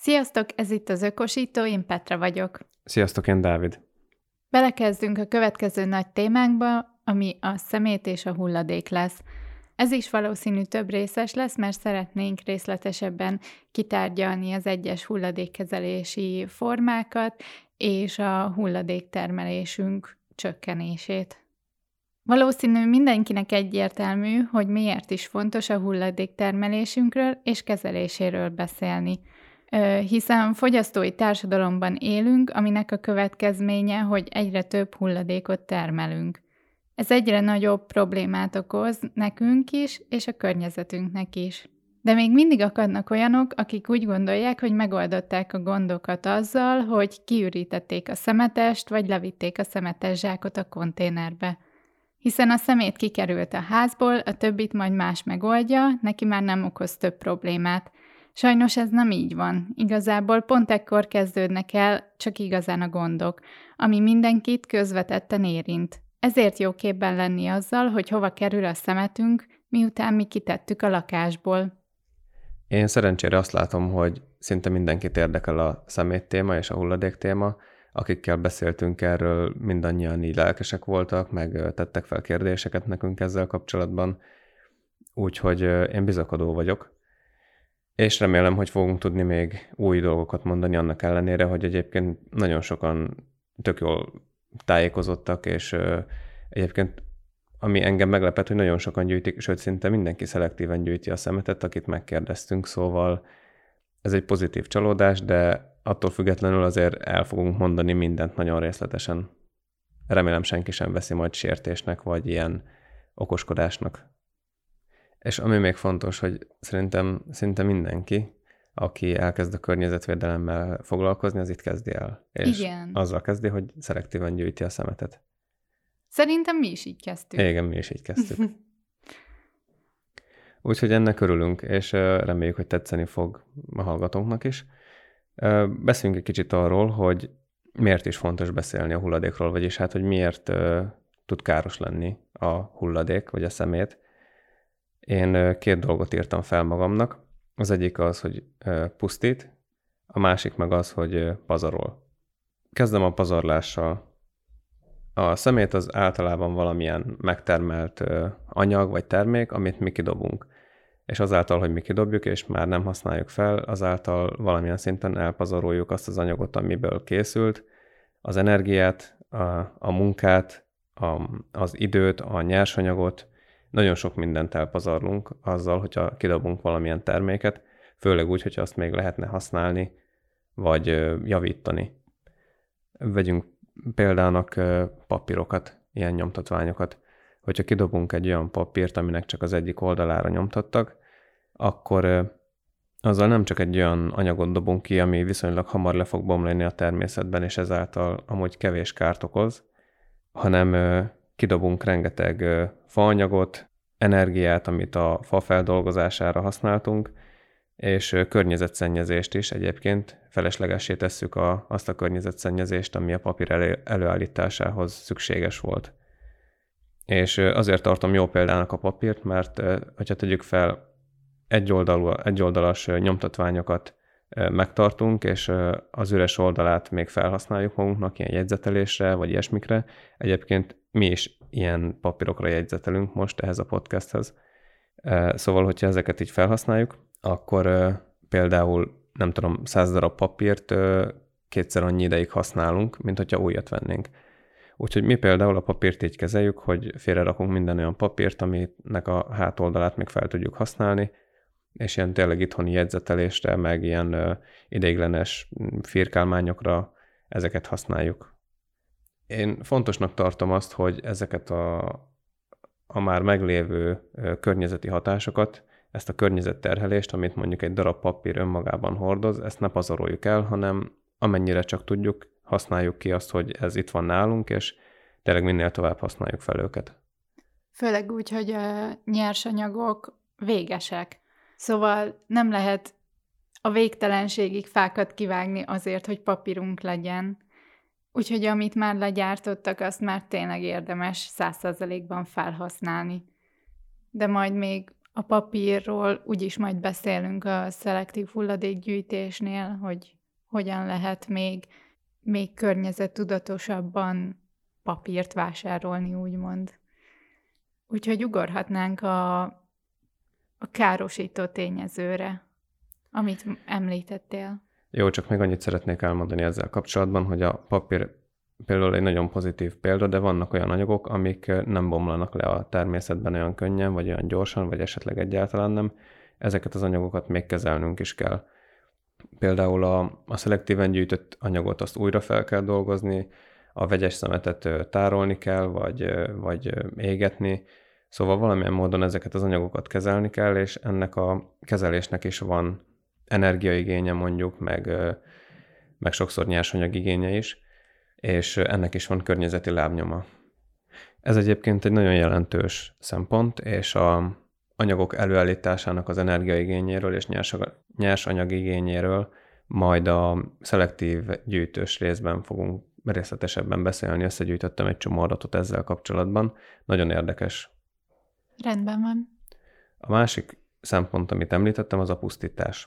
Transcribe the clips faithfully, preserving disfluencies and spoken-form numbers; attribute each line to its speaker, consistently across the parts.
Speaker 1: Sziasztok, ez itt az Ökosító, én Petra vagyok.
Speaker 2: Sziasztok, én Dávid.
Speaker 1: Belekezdünk a következő nagy témánkba, ami a szemét és a hulladék lesz. Ez is valószínű több részes lesz, mert szeretnénk részletesebben kitárgyalni az egyes hulladékkezelési formákat és a hulladéktermelésünk csökkenését. Valószínű mindenkinek egyértelmű, hogy miért is fontos a hulladéktermelésünkről és kezeléséről beszélni. Hiszen fogyasztói társadalomban élünk, aminek a következménye, hogy egyre több hulladékot termelünk. Ez egyre nagyobb problémát okoz nekünk is, és a környezetünknek is. De még mindig akadnak olyanok, akik úgy gondolják, hogy megoldották a gondokat azzal, hogy kiürítették a szemetest, vagy levitték a szemetes zsákot a konténerbe. Hiszen a szemét kikerült a házból, a többit majd más megoldja, neki már nem okoz több problémát. Sajnos ez nem így van. Igazából pont ekkor kezdődnek el csak igazán a gondok, ami mindenkit közvetetten érint. Ezért jó képben lenni azzal, hogy hova kerül a szemetünk, miután mi kitettük a lakásból.
Speaker 2: Én szerencsére azt látom, hogy szinte mindenkit érdekel a szemét téma és a hulladék téma. Akikkel beszéltünk erről, mindannyian így lelkesek voltak, meg tettek fel kérdéseket nekünk ezzel kapcsolatban. Úgyhogy én bizakodó vagyok. És remélem, hogy fogunk tudni még új dolgokat mondani annak ellenére, hogy egyébként nagyon sokan tök jól tájékozottak, és egyébként ami engem meglepett, hogy nagyon sokan gyűjtik, sőt szinte mindenki szelektíven gyűjti a szemetet, akit megkérdeztünk, szóval ez egy pozitív csalódás, de attól függetlenül azért el fogunk mondani mindent nagyon részletesen. Remélem senki sem veszi majd sértésnek, vagy ilyen okoskodásnak. És ami még fontos, hogy szerintem szinte mindenki, aki elkezd a környezetvédelemmel foglalkozni, az itt kezdi el. És
Speaker 1: Igen.
Speaker 2: azzal kezdi, hogy szelektíven gyűjti a szemetet.
Speaker 1: Szerintem mi is így kezdtük.
Speaker 2: Igen, mi is így kezdtük. Úgyhogy ennek örülünk, és reméljük, hogy tetszeni fog a hallgatónknak is. Beszéljünk egy kicsit arról, hogy miért is fontos beszélni a hulladékról, vagyis hát, hogy miért tud káros lenni a hulladék, vagy a szemét. Én két dolgot írtam fel magamnak. Az egyik az, hogy pusztít, a másik meg az, hogy pazarol. Kezdem a pazarlással. A szemét az általában valamilyen megtermelt anyag vagy termék, amit mi kidobunk. És azáltal, hogy mi kidobjuk, és már nem használjuk fel, azáltal valamilyen szinten elpazaroljuk azt az anyagot, amiből készült, az energiát, a, a munkát, a, az időt, a nyersanyagot, nagyon sok mindent elpazarlunk azzal, hogyha kidobunk valamilyen terméket, főleg úgy, hogyha azt még lehetne használni, vagy javítani. Vegyünk példának papírokat, ilyen nyomtatványokat. Hogyha kidobunk egy olyan papírt, aminek csak az egyik oldalára nyomtattak, akkor azzal nem csak egy olyan anyagot dobunk ki, ami viszonylag hamar le fog bomlani a természetben, és ezáltal amúgy kevés kárt okoz, hanem kidobunk rengeteg faanyagot, energiát, amit a fa feldolgozására használtunk, és környezetszennyezést is egyébként feleslegessé tesszük a, azt a környezetszennyezést, ami a papír elő, előállításához szükséges volt. És azért tartom jó példának a papírt, mert hogyha tegyük fel, egyoldalú, egyoldalas nyomtatványokat megtartunk, és az üres oldalát még felhasználjuk magunknak ilyen jegyzetelésre, vagy ilyesmikre. Egyébként mi is ilyen papírokra jegyzetelünk most ehhez a podcasthez. Szóval, hogyha ezeket így felhasználjuk, akkor például, nem tudom, száz darab papírt kétszer annyi ideig használunk, mint hogyha újat vennénk. Úgyhogy mi például a papírt így kezeljük, hogy félrerakunk minden olyan papírt, aminek a hátoldalát még fel tudjuk használni, és ilyen tényleg itthoni jegyzetelésre, meg ilyen ideiglenes firkálmányokra ezeket használjuk. Én fontosnak tartom azt, hogy ezeket a, a már meglévő környezeti hatásokat, ezt a környezetterhelést, amit mondjuk egy darab papír önmagában hordoz, ezt ne pazaroljuk el, hanem amennyire csak tudjuk, használjuk ki azt, hogy ez itt van nálunk, és tényleg minél tovább használjuk fel őket.
Speaker 1: Főleg úgy, hogy a nyersanyagok végesek. Szóval nem lehet a végtelenségig fákat kivágni azért, hogy papírunk legyen. Úgyhogy amit már legyártottak, azt már tényleg érdemes száz százalékban felhasználni. De majd még A papírról úgyis majd beszélünk a szelektív hulladékgyűjtésnél, hogy hogyan lehet még, még környezettudatosabban papírt vásárolni, úgymond. Úgyhogy ugorhatnánk a, a károsító tényezőre, amit említettél.
Speaker 2: Jó, csak még annyit szeretnék elmondani ezzel kapcsolatban, hogy a papír például egy nagyon pozitív példa, de vannak olyan anyagok, amik nem bomlanak le a természetben olyan könnyen, vagy olyan gyorsan, vagy esetleg egyáltalán nem. Ezeket az anyagokat még kezelnünk is kell. Például a, a szelektíven gyűjtött anyagot azt újra fel kell dolgozni, a vegyes szemetet tárolni kell, vagy, vagy égetni. Szóval valamilyen módon ezeket az anyagokat kezelni kell, és ennek a kezelésnek is van energiaigénye mondjuk, meg, meg sokszor nyersanyag igénye is, és ennek is van környezeti lábnyoma. Ez egyébként egy nagyon jelentős szempont, és a anyagok előállításának az energiaigényéről és nyersanyag igényéről majd a szelektív gyűjtős részben fogunk részletesebben beszélni. Összegyűjtöttem egy csomó adatot ezzel kapcsolatban. Nagyon érdekes.
Speaker 1: Rendben van.
Speaker 2: A másik szempont, amit említettem, az a pusztítás.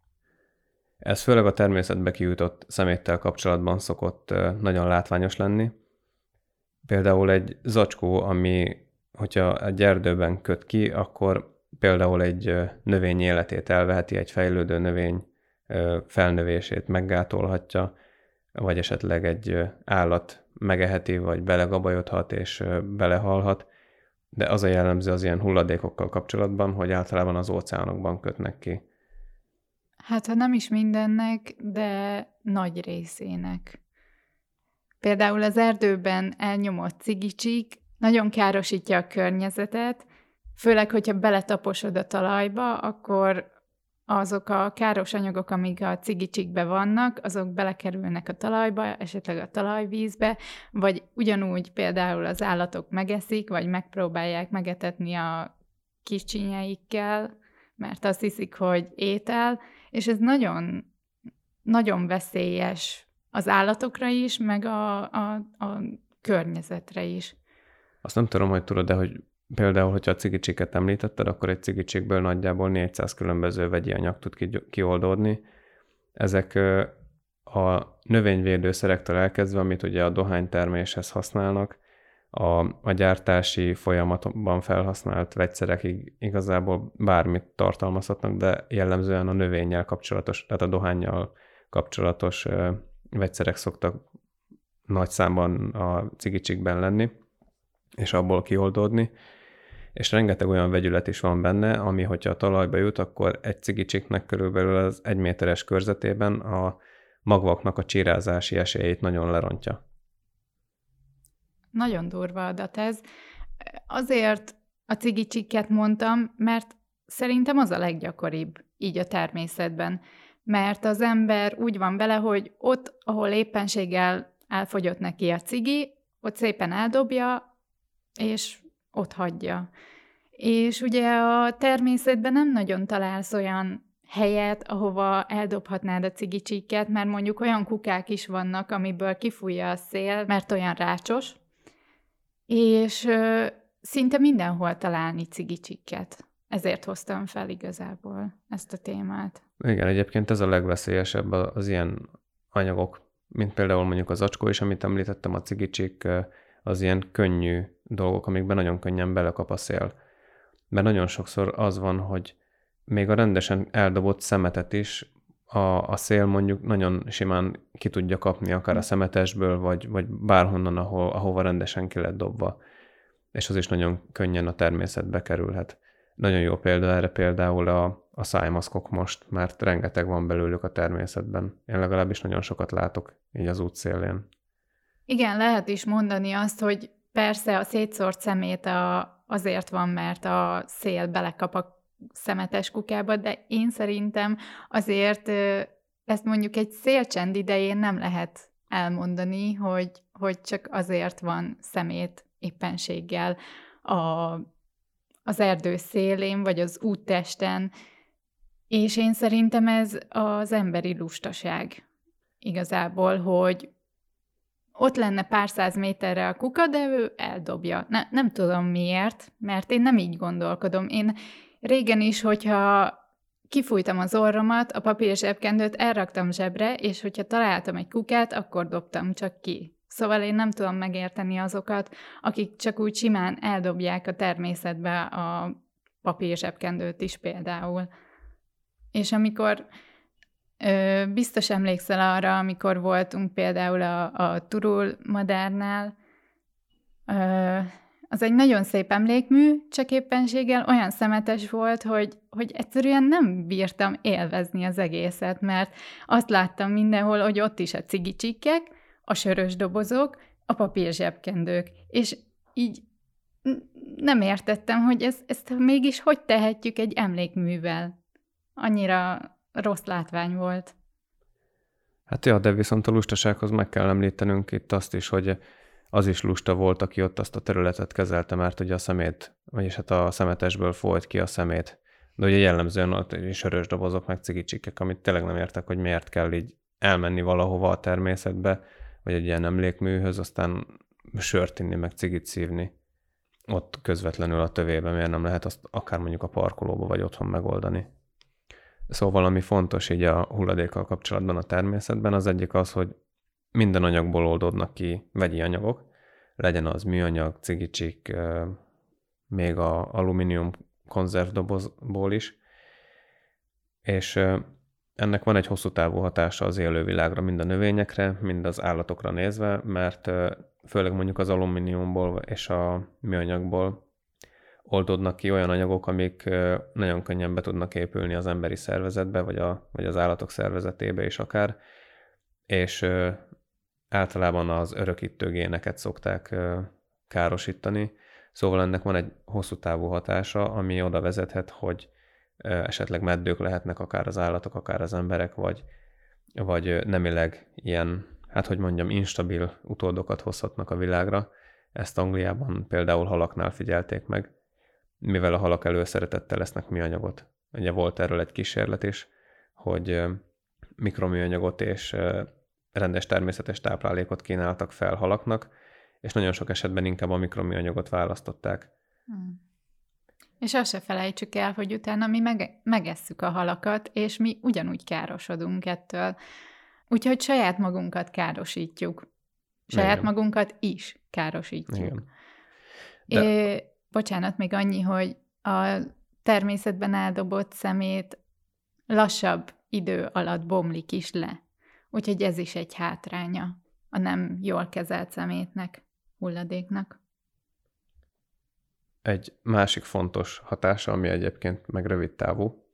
Speaker 2: Ez főleg a természetbe kijutott szeméttel kapcsolatban szokott nagyon látványos lenni. Például egy zacskó, ami, hogyha egy erdőben köt ki, akkor például egy növény életét elveheti, egy fejlődő növény felnövését meggátolhatja, vagy esetleg egy állat megeheti, vagy belegabajodhat és belehalhat. De az a jellemző az ilyen hulladékokkal kapcsolatban, hogy általában az óceánokban kötnek ki.
Speaker 1: Hát, ha nem is mindennek, de nagy részének. Például az erdőben elnyomott cigicsik nagyon károsítja a környezetet, főleg, hogyha beletaposod a talajba, akkor azok a káros anyagok, amik a cigicsikben vannak, azok belekerülnek a talajba, esetleg a talajvízbe, vagy ugyanúgy például az állatok megeszik, vagy megpróbálják megetetni a kicsinyeikkel, mert azt hiszik, hogy étel, és ez nagyon, nagyon veszélyes az állatokra is, meg a, a, a környezetre is.
Speaker 2: Azt nem tudom, hogy tudod, de hogy például, hogyha a cigicsiket említetted, akkor egy cigicsikből nagyjából négyszáz különböző vegyi anyag tud kioldódni. Ezek a növényvédőszerektől elkezdve, amit ugye a dohányterméshez használnak, a, a gyártási folyamatban felhasznált vegyszerekig igazából bármit tartalmazhatnak, de jellemzően a növényel kapcsolatos, tehát a dohánnyal kapcsolatos vegyszerek szoktak nagy számban a cigicsikben lenni, és abból kioldódni, és rengeteg olyan vegyület is van benne, ami, hogyha a talajba jut, akkor egy cigicsiknek körülbelül az egy méteres körzetében a magvaknak a csírázási esélyeit nagyon lerontja.
Speaker 1: Nagyon durva adat ez. Azért a cigicsikket mondtam, mert szerintem az a leggyakoribb így a természetben. Mert az ember úgy van vele, hogy ott, ahol éppenséggel elfogyott neki a cigi, ott szépen eldobja, és ott hagyja. És ugye a természetben nem nagyon találsz olyan helyet, ahova eldobhatnád a cigicsikket, mert mondjuk olyan kukák is vannak, amiből kifújja a szél, mert olyan rácsos, és ö, szinte mindenhol találni cigicsikket. Ezért hoztam fel igazából ezt a témát.
Speaker 2: Igen, egyébként ez a legveszélyesebb az ilyen anyagok, mint például mondjuk az zacskó is, amit említettem, a cigicsik, az ilyen könnyű dolgok, amikben nagyon könnyen belekap a szél. Mert nagyon sokszor az van, hogy még a rendesen eldobott szemetet is a, a szél mondjuk nagyon simán ki tudja kapni, akár a szemetesből, vagy, vagy bárhonnan, ahol, ahova rendesen ki lett dobva. És az is nagyon könnyen a természetbe kerülhet. Nagyon jó példa erre például a, a szájmaszkok most, mert rengeteg van belőlük a természetben. Én legalábbis nagyon sokat látok így az útszélén.
Speaker 1: Igen, lehet is mondani azt, hogy persze a szétszórt szemét a, azért van, mert a szél belekap a szemetes kukába, de én szerintem azért ezt mondjuk egy szélcsend idején nem lehet elmondani, hogy, hogy csak azért van szemét éppenséggel a, az erdő szélén, vagy az úttesten, és én szerintem ez az emberi lustaság igazából, hogy ott lenne pár száz méterre a kuka, de ő eldobja. Ne, nem tudom miért, mert én nem így gondolkodom. Én, Régen is, hogyha kifújtam az orromat, a papír zsebkendőt elraktam zsebre, és hogyha találtam egy kukát, akkor dobtam csak ki. Szóval én nem tudom megérteni azokat, akik csak úgy simán eldobják a természetbe a papír zsebkendőt is például. És amikor ö, biztos emlékszel arra, amikor voltunk például a, a Turul Madárnál, ö, az egy nagyon szép emlékmű, csak éppenséggel olyan szemetes volt, hogy, hogy egyszerűen nem bírtam élvezni az egészet, mert azt láttam mindenhol, hogy ott is a cigicsikkek, a sörös dobozok, a papír zsebkendők, és így nem értettem, hogy ez, ezt mégis hogy tehetjük egy emlékművel. Annyira rossz látvány volt.
Speaker 2: Hát ja, de viszont a lustasághoz meg kell említenünk itt azt is, hogy az is lusta volt, aki ott azt a területet kezelte, mert ugye a szemét, vagyis hát a szemetesből folyt ki a szemét. De ugye jellemzően ott is sörös dobozok, meg cigicsikek, amit tényleg nem értek, hogy miért kell így elmenni valahova a természetbe, vagy egy ilyen emlékműhöz, aztán sört inni, meg cigit szívni. Ott közvetlenül a tövében, miért nem lehet azt akár mondjuk a parkolóba, vagy otthon megoldani. Szóval ami fontos így a hulladékkal kapcsolatban a természetben, az egyik az, hogy minden anyagból oldódnak ki vegyi anyagok, legyen az műanyag, cigicsik, még a alumínium konzervdobozból is, és ennek van egy hosszú távú hatása az élővilágra, mind a növényekre, mind az állatokra nézve, mert főleg mondjuk az alumíniumból és a műanyagból oldódnak ki olyan anyagok, amik nagyon könnyen be tudnak épülni az emberi szervezetbe, vagy, a, vagy az állatok szervezetébe is akár, és általában az örökítő géneket szokták károsítani, szóval ennek van egy hosszú távú hatása, ami oda vezethet, hogy esetleg meddők lehetnek akár az állatok, akár az emberek, vagy, vagy nemileg ilyen, hát hogy mondjam, instabil utódokat hozhatnak a világra. Ezt Angliában például halaknál figyelték meg, mivel a halak előszeretettel lesznek műanyagot. Ugye volt erről egy kísérlet is, hogy mikroműanyagot és rendes természetes táplálékot kínáltak fel halaknak, és nagyon sok esetben inkább a mikroműanyagot választották.
Speaker 1: Hmm. És azt se felejtsük el, hogy utána mi mege- megesszük a halakat, és mi ugyanúgy károsodunk ettől. Úgyhogy saját magunkat károsítjuk. Saját Igen. magunkat is károsítjuk. Igen. De... É, bocsánat, még annyi, hogy a természetben eldobott szemét lassabb idő alatt bomlik is le. Úgyhogy ez is egy hátránya a nem jól kezelt szemétnek, hulladéknak.
Speaker 2: Egy másik fontos hatása, ami egyébként meg rövid távú,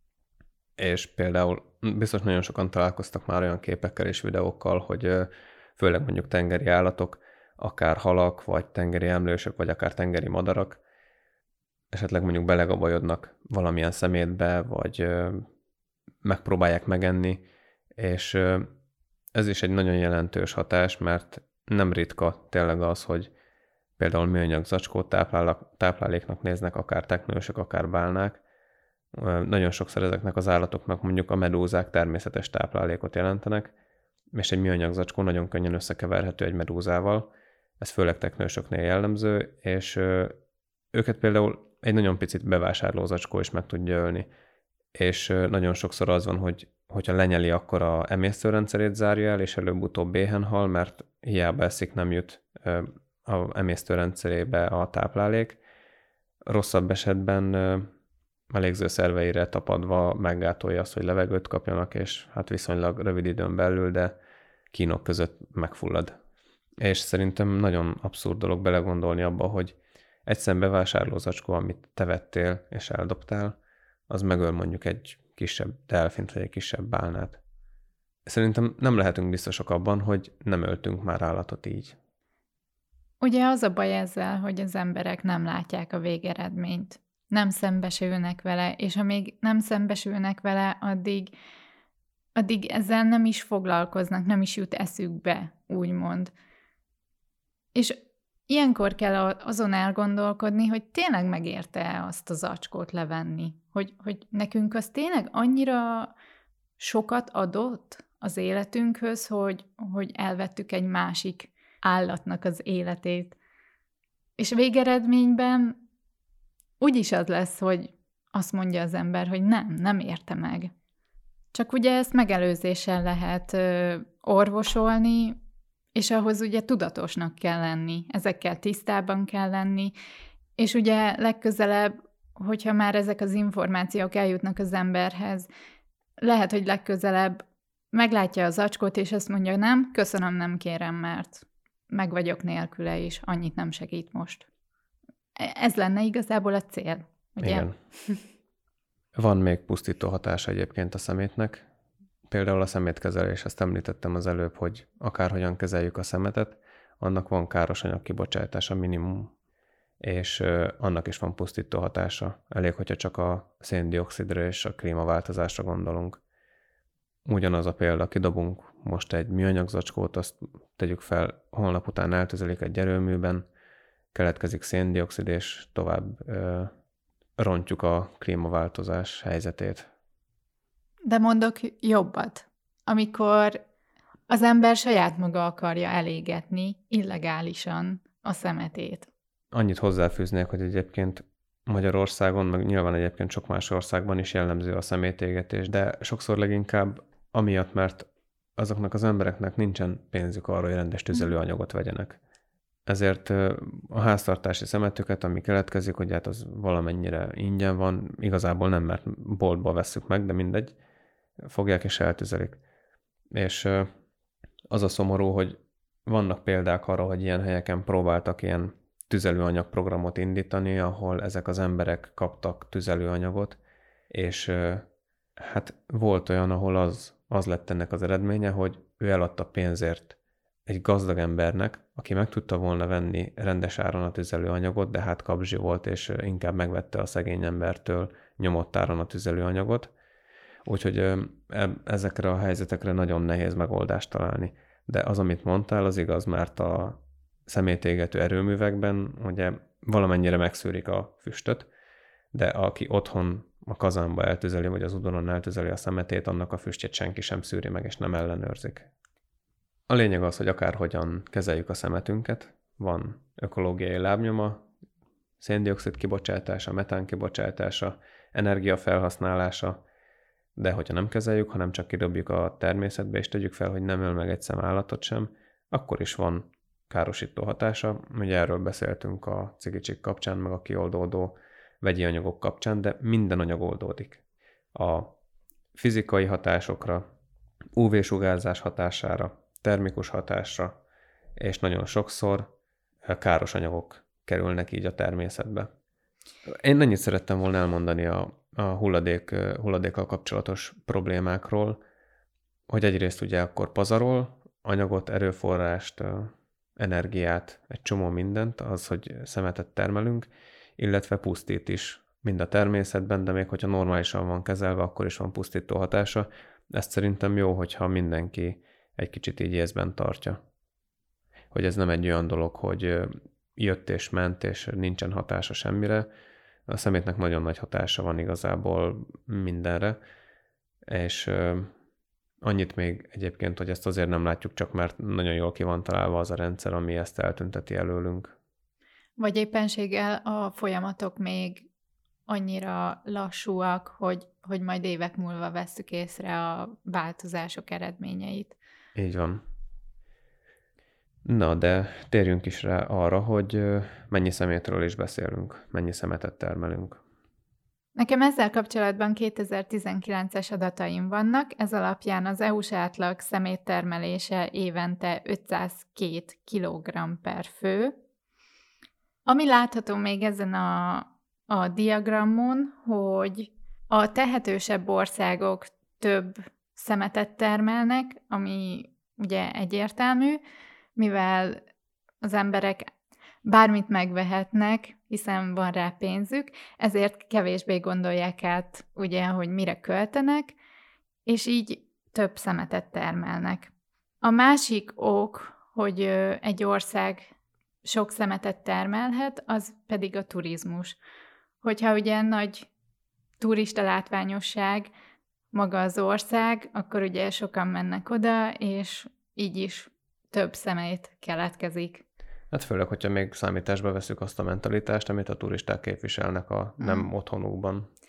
Speaker 2: és például biztos nagyon sokan találkoztak már olyan képekkel és videókkal, hogy főleg mondjuk tengeri állatok, akár halak, vagy tengeri emlősök, vagy akár tengeri madarak, esetleg mondjuk belegabajodnak valamilyen szemétbe, vagy megpróbálják megenni, és ez is egy nagyon jelentős hatás, mert nem ritka tényleg az, hogy például műanyag zacskót tápláléknak néznek akár teknősök, akár bálnák. Nagyon sokszor ezeknek az állatoknak mondjuk a medúzák természetes táplálékot jelentenek, és egy műanyag zacskó nagyon könnyen összekeverhető egy medúzával. Ez főleg teknősöknél jellemző, és őket például egy nagyon picit bevásárló zacskó is meg tudja ölni. És nagyon sokszor az van, hogy hogyha lenyeli, akkor a emésztőrendszerét zárja el, és előbb-utóbb éhen hal, mert hiába eszik, nem jut a emésztőrendszerébe a táplálék. Rosszabb esetben a légzőszerveire tapadva meggátolja azt, hogy levegőt kapjanak, és hát viszonylag rövid időn belül, de kínok között megfullad. És szerintem nagyon abszurd dolog belegondolni abba, hogy egy szembevásárló zacskó, amit te vettél és eldobtál, az megöl mondjuk egy kisebb delfint, vagy egy kisebb bálnát. Szerintem nem lehetünk biztosak abban, hogy nem öltünk már állatot így.
Speaker 1: Ugye az a baj ezzel, hogy az emberek nem látják a végeredményt. Nem szembesülnek vele, és amíg nem szembesülnek vele, addig, addig ezzel nem is foglalkoznak, nem is jut eszükbe, úgymond. És ilyenkor kell azon elgondolkodni, hogy tényleg megérte azt a zacskót levenni. Hogy, hogy nekünk az tényleg annyira sokat adott az életünkhöz, hogy, hogy elvettük egy másik állatnak az életét. És végeredményben úgyis az lesz, hogy azt mondja az ember, hogy nem, nem érte meg. Csak ugye ezt megelőzéssel lehet ö, orvosolni, és ahhoz ugye tudatosnak kell lenni, ezekkel tisztában kell lenni, és ugye legközelebb, hogyha már ezek az információk eljutnak az emberhez, lehet, hogy legközelebb meglátja az zacskót, és azt mondja, nem, köszönöm, nem kérem, mert meg vagyok nélküle is, annyit nem segít most. Ez lenne igazából a cél, ugye?
Speaker 2: Igen. Van még pusztító hatása egyébként a szemétnek. Például a szemétkezelés, ezt említettem az előbb, hogy akárhogyan kezeljük a szemetet, annak van káros anyag kibocsátása minimum, és annak is van pusztító hatása. Elég, hogyha csak a szén-dioxidra és a klímaváltozásra gondolunk. Ugyanaz a példa, kidobunk most egy műanyag zacskót, azt tegyük fel, holnap után eltüzelik egy erőműben, keletkezik szén-dioxid, és tovább ö, rontjuk a klímaváltozás helyzetét.
Speaker 1: De mondok jobbat. Amikor az ember saját maga akarja elégetni illegálisan a szemetét.
Speaker 2: Annyit hozzáfűznék, hogy egyébként Magyarországon, meg nyilván egyébként sok más országban is jellemző a szemétégetés, de sokszor leginkább amiatt, mert azoknak az embereknek nincsen pénzük arra, hogy rendes tüzelőanyagot vegyenek. Ezért a háztartási szemetüket, ami keletkezik, hogy hát az valamennyire ingyen van, igazából nem, mert boltba vesszük meg, de mindegy, fogják és eltüzelik. És az a szomorú, hogy vannak példák arra, hogy ilyen helyeken próbáltak ilyen tüzelőanyagprogramot indítani, ahol ezek az emberek kaptak tüzelőanyagot, és hát volt olyan, ahol az, az lett ennek az eredménye, hogy ő eladta pénzért egy gazdag embernek, aki meg tudta volna venni rendes áron a tüzelőanyagot, de hát kapzsi volt, és inkább megvette a szegény embertől nyomott áron a tüzelőanyagot. Úgyhogy ezekre a helyzetekre nagyon nehéz megoldást találni. De az, amit mondtál, az igaz, mert a szemétégető erőművekben ugye valamennyire megszűrik a füstöt, de aki otthon a kazánba eltüzeli, vagy az udoron eltüzeli a szemetét, annak a füstjét senki sem szűri meg, és nem ellenőrzik. A lényeg az, hogy akárhogyan kezeljük a szemetünket, van ökológiai lábnyoma, szén-dioxid kibocsátása, metán kibocsátása, energiafelhasználása, de hogyha nem kezeljük, hanem csak kidobjuk a természetbe, és tegyük fel, hogy nem öl meg egy szem állatot sem, akkor is van károsító hatása. Ugye erről beszéltünk a cigicsik kapcsán, meg a kioldódó vegyi anyagok kapcsán, de minden anyag oldódik. A fizikai hatásokra, ú vé-sugárzás hatására, termikus hatásra, és nagyon sokszor káros anyagok kerülnek így a természetbe. Én ennyit szerettem volna elmondani a, a hulladék, hulladékkal kapcsolatos problémákról, hogy egyrészt ugye akkor pazarol anyagot, erőforrást, energiát, egy csomó mindent, az, hogy szemetet termelünk, illetve pusztít is mind a természetben, de még hogyha normálisan van kezelve, akkor is van pusztító hatása. Ezt szerintem jó, hogyha mindenki egy kicsit így észben tartja. Hogy ez nem egy olyan dolog, hogy jött és ment, és nincsen hatása semmire. A szemétnek nagyon nagy hatása van igazából mindenre, és annyit még egyébként, hogy ezt azért nem látjuk csak, mert nagyon jól ki van találva az a rendszer, ami ezt eltünteti előlünk.
Speaker 1: Vagy éppenséggel a folyamatok még annyira lassúak, hogy, hogy majd évek múlva vesszük észre a változások eredményeit.
Speaker 2: Így van. Na, de térjünk is rá arra, hogy mennyi szemétről is beszélünk, mennyi szemetet termelünk.
Speaker 1: Nekem ezzel kapcsolatban kétezer-tizenkilences adataim vannak, ez alapján az é u-s átlag szeméttermelése évente ötszázkettő kilogramm per fő. Ami látható még ezen a, a diagramon, hogy a tehetősebb országok több szemetet termelnek, ami ugye egyértelmű, mivel az emberek bármit megvehetnek, hiszen van rá pénzük, ezért kevésbé gondolják át, ugye, hogy mire költenek, és így több szemetet termelnek. A másik ok, hogy egy ország sok szemetet termelhet, az pedig a turizmus. Hogyha ugye nagy turista látványosság maga az ország, akkor ugye sokan mennek oda, és így is több szemét keletkezik.
Speaker 2: Hát főleg, hogyha még számításba veszük azt a mentalitást, amit a turisták képviselnek a nem hmm. otthonukban.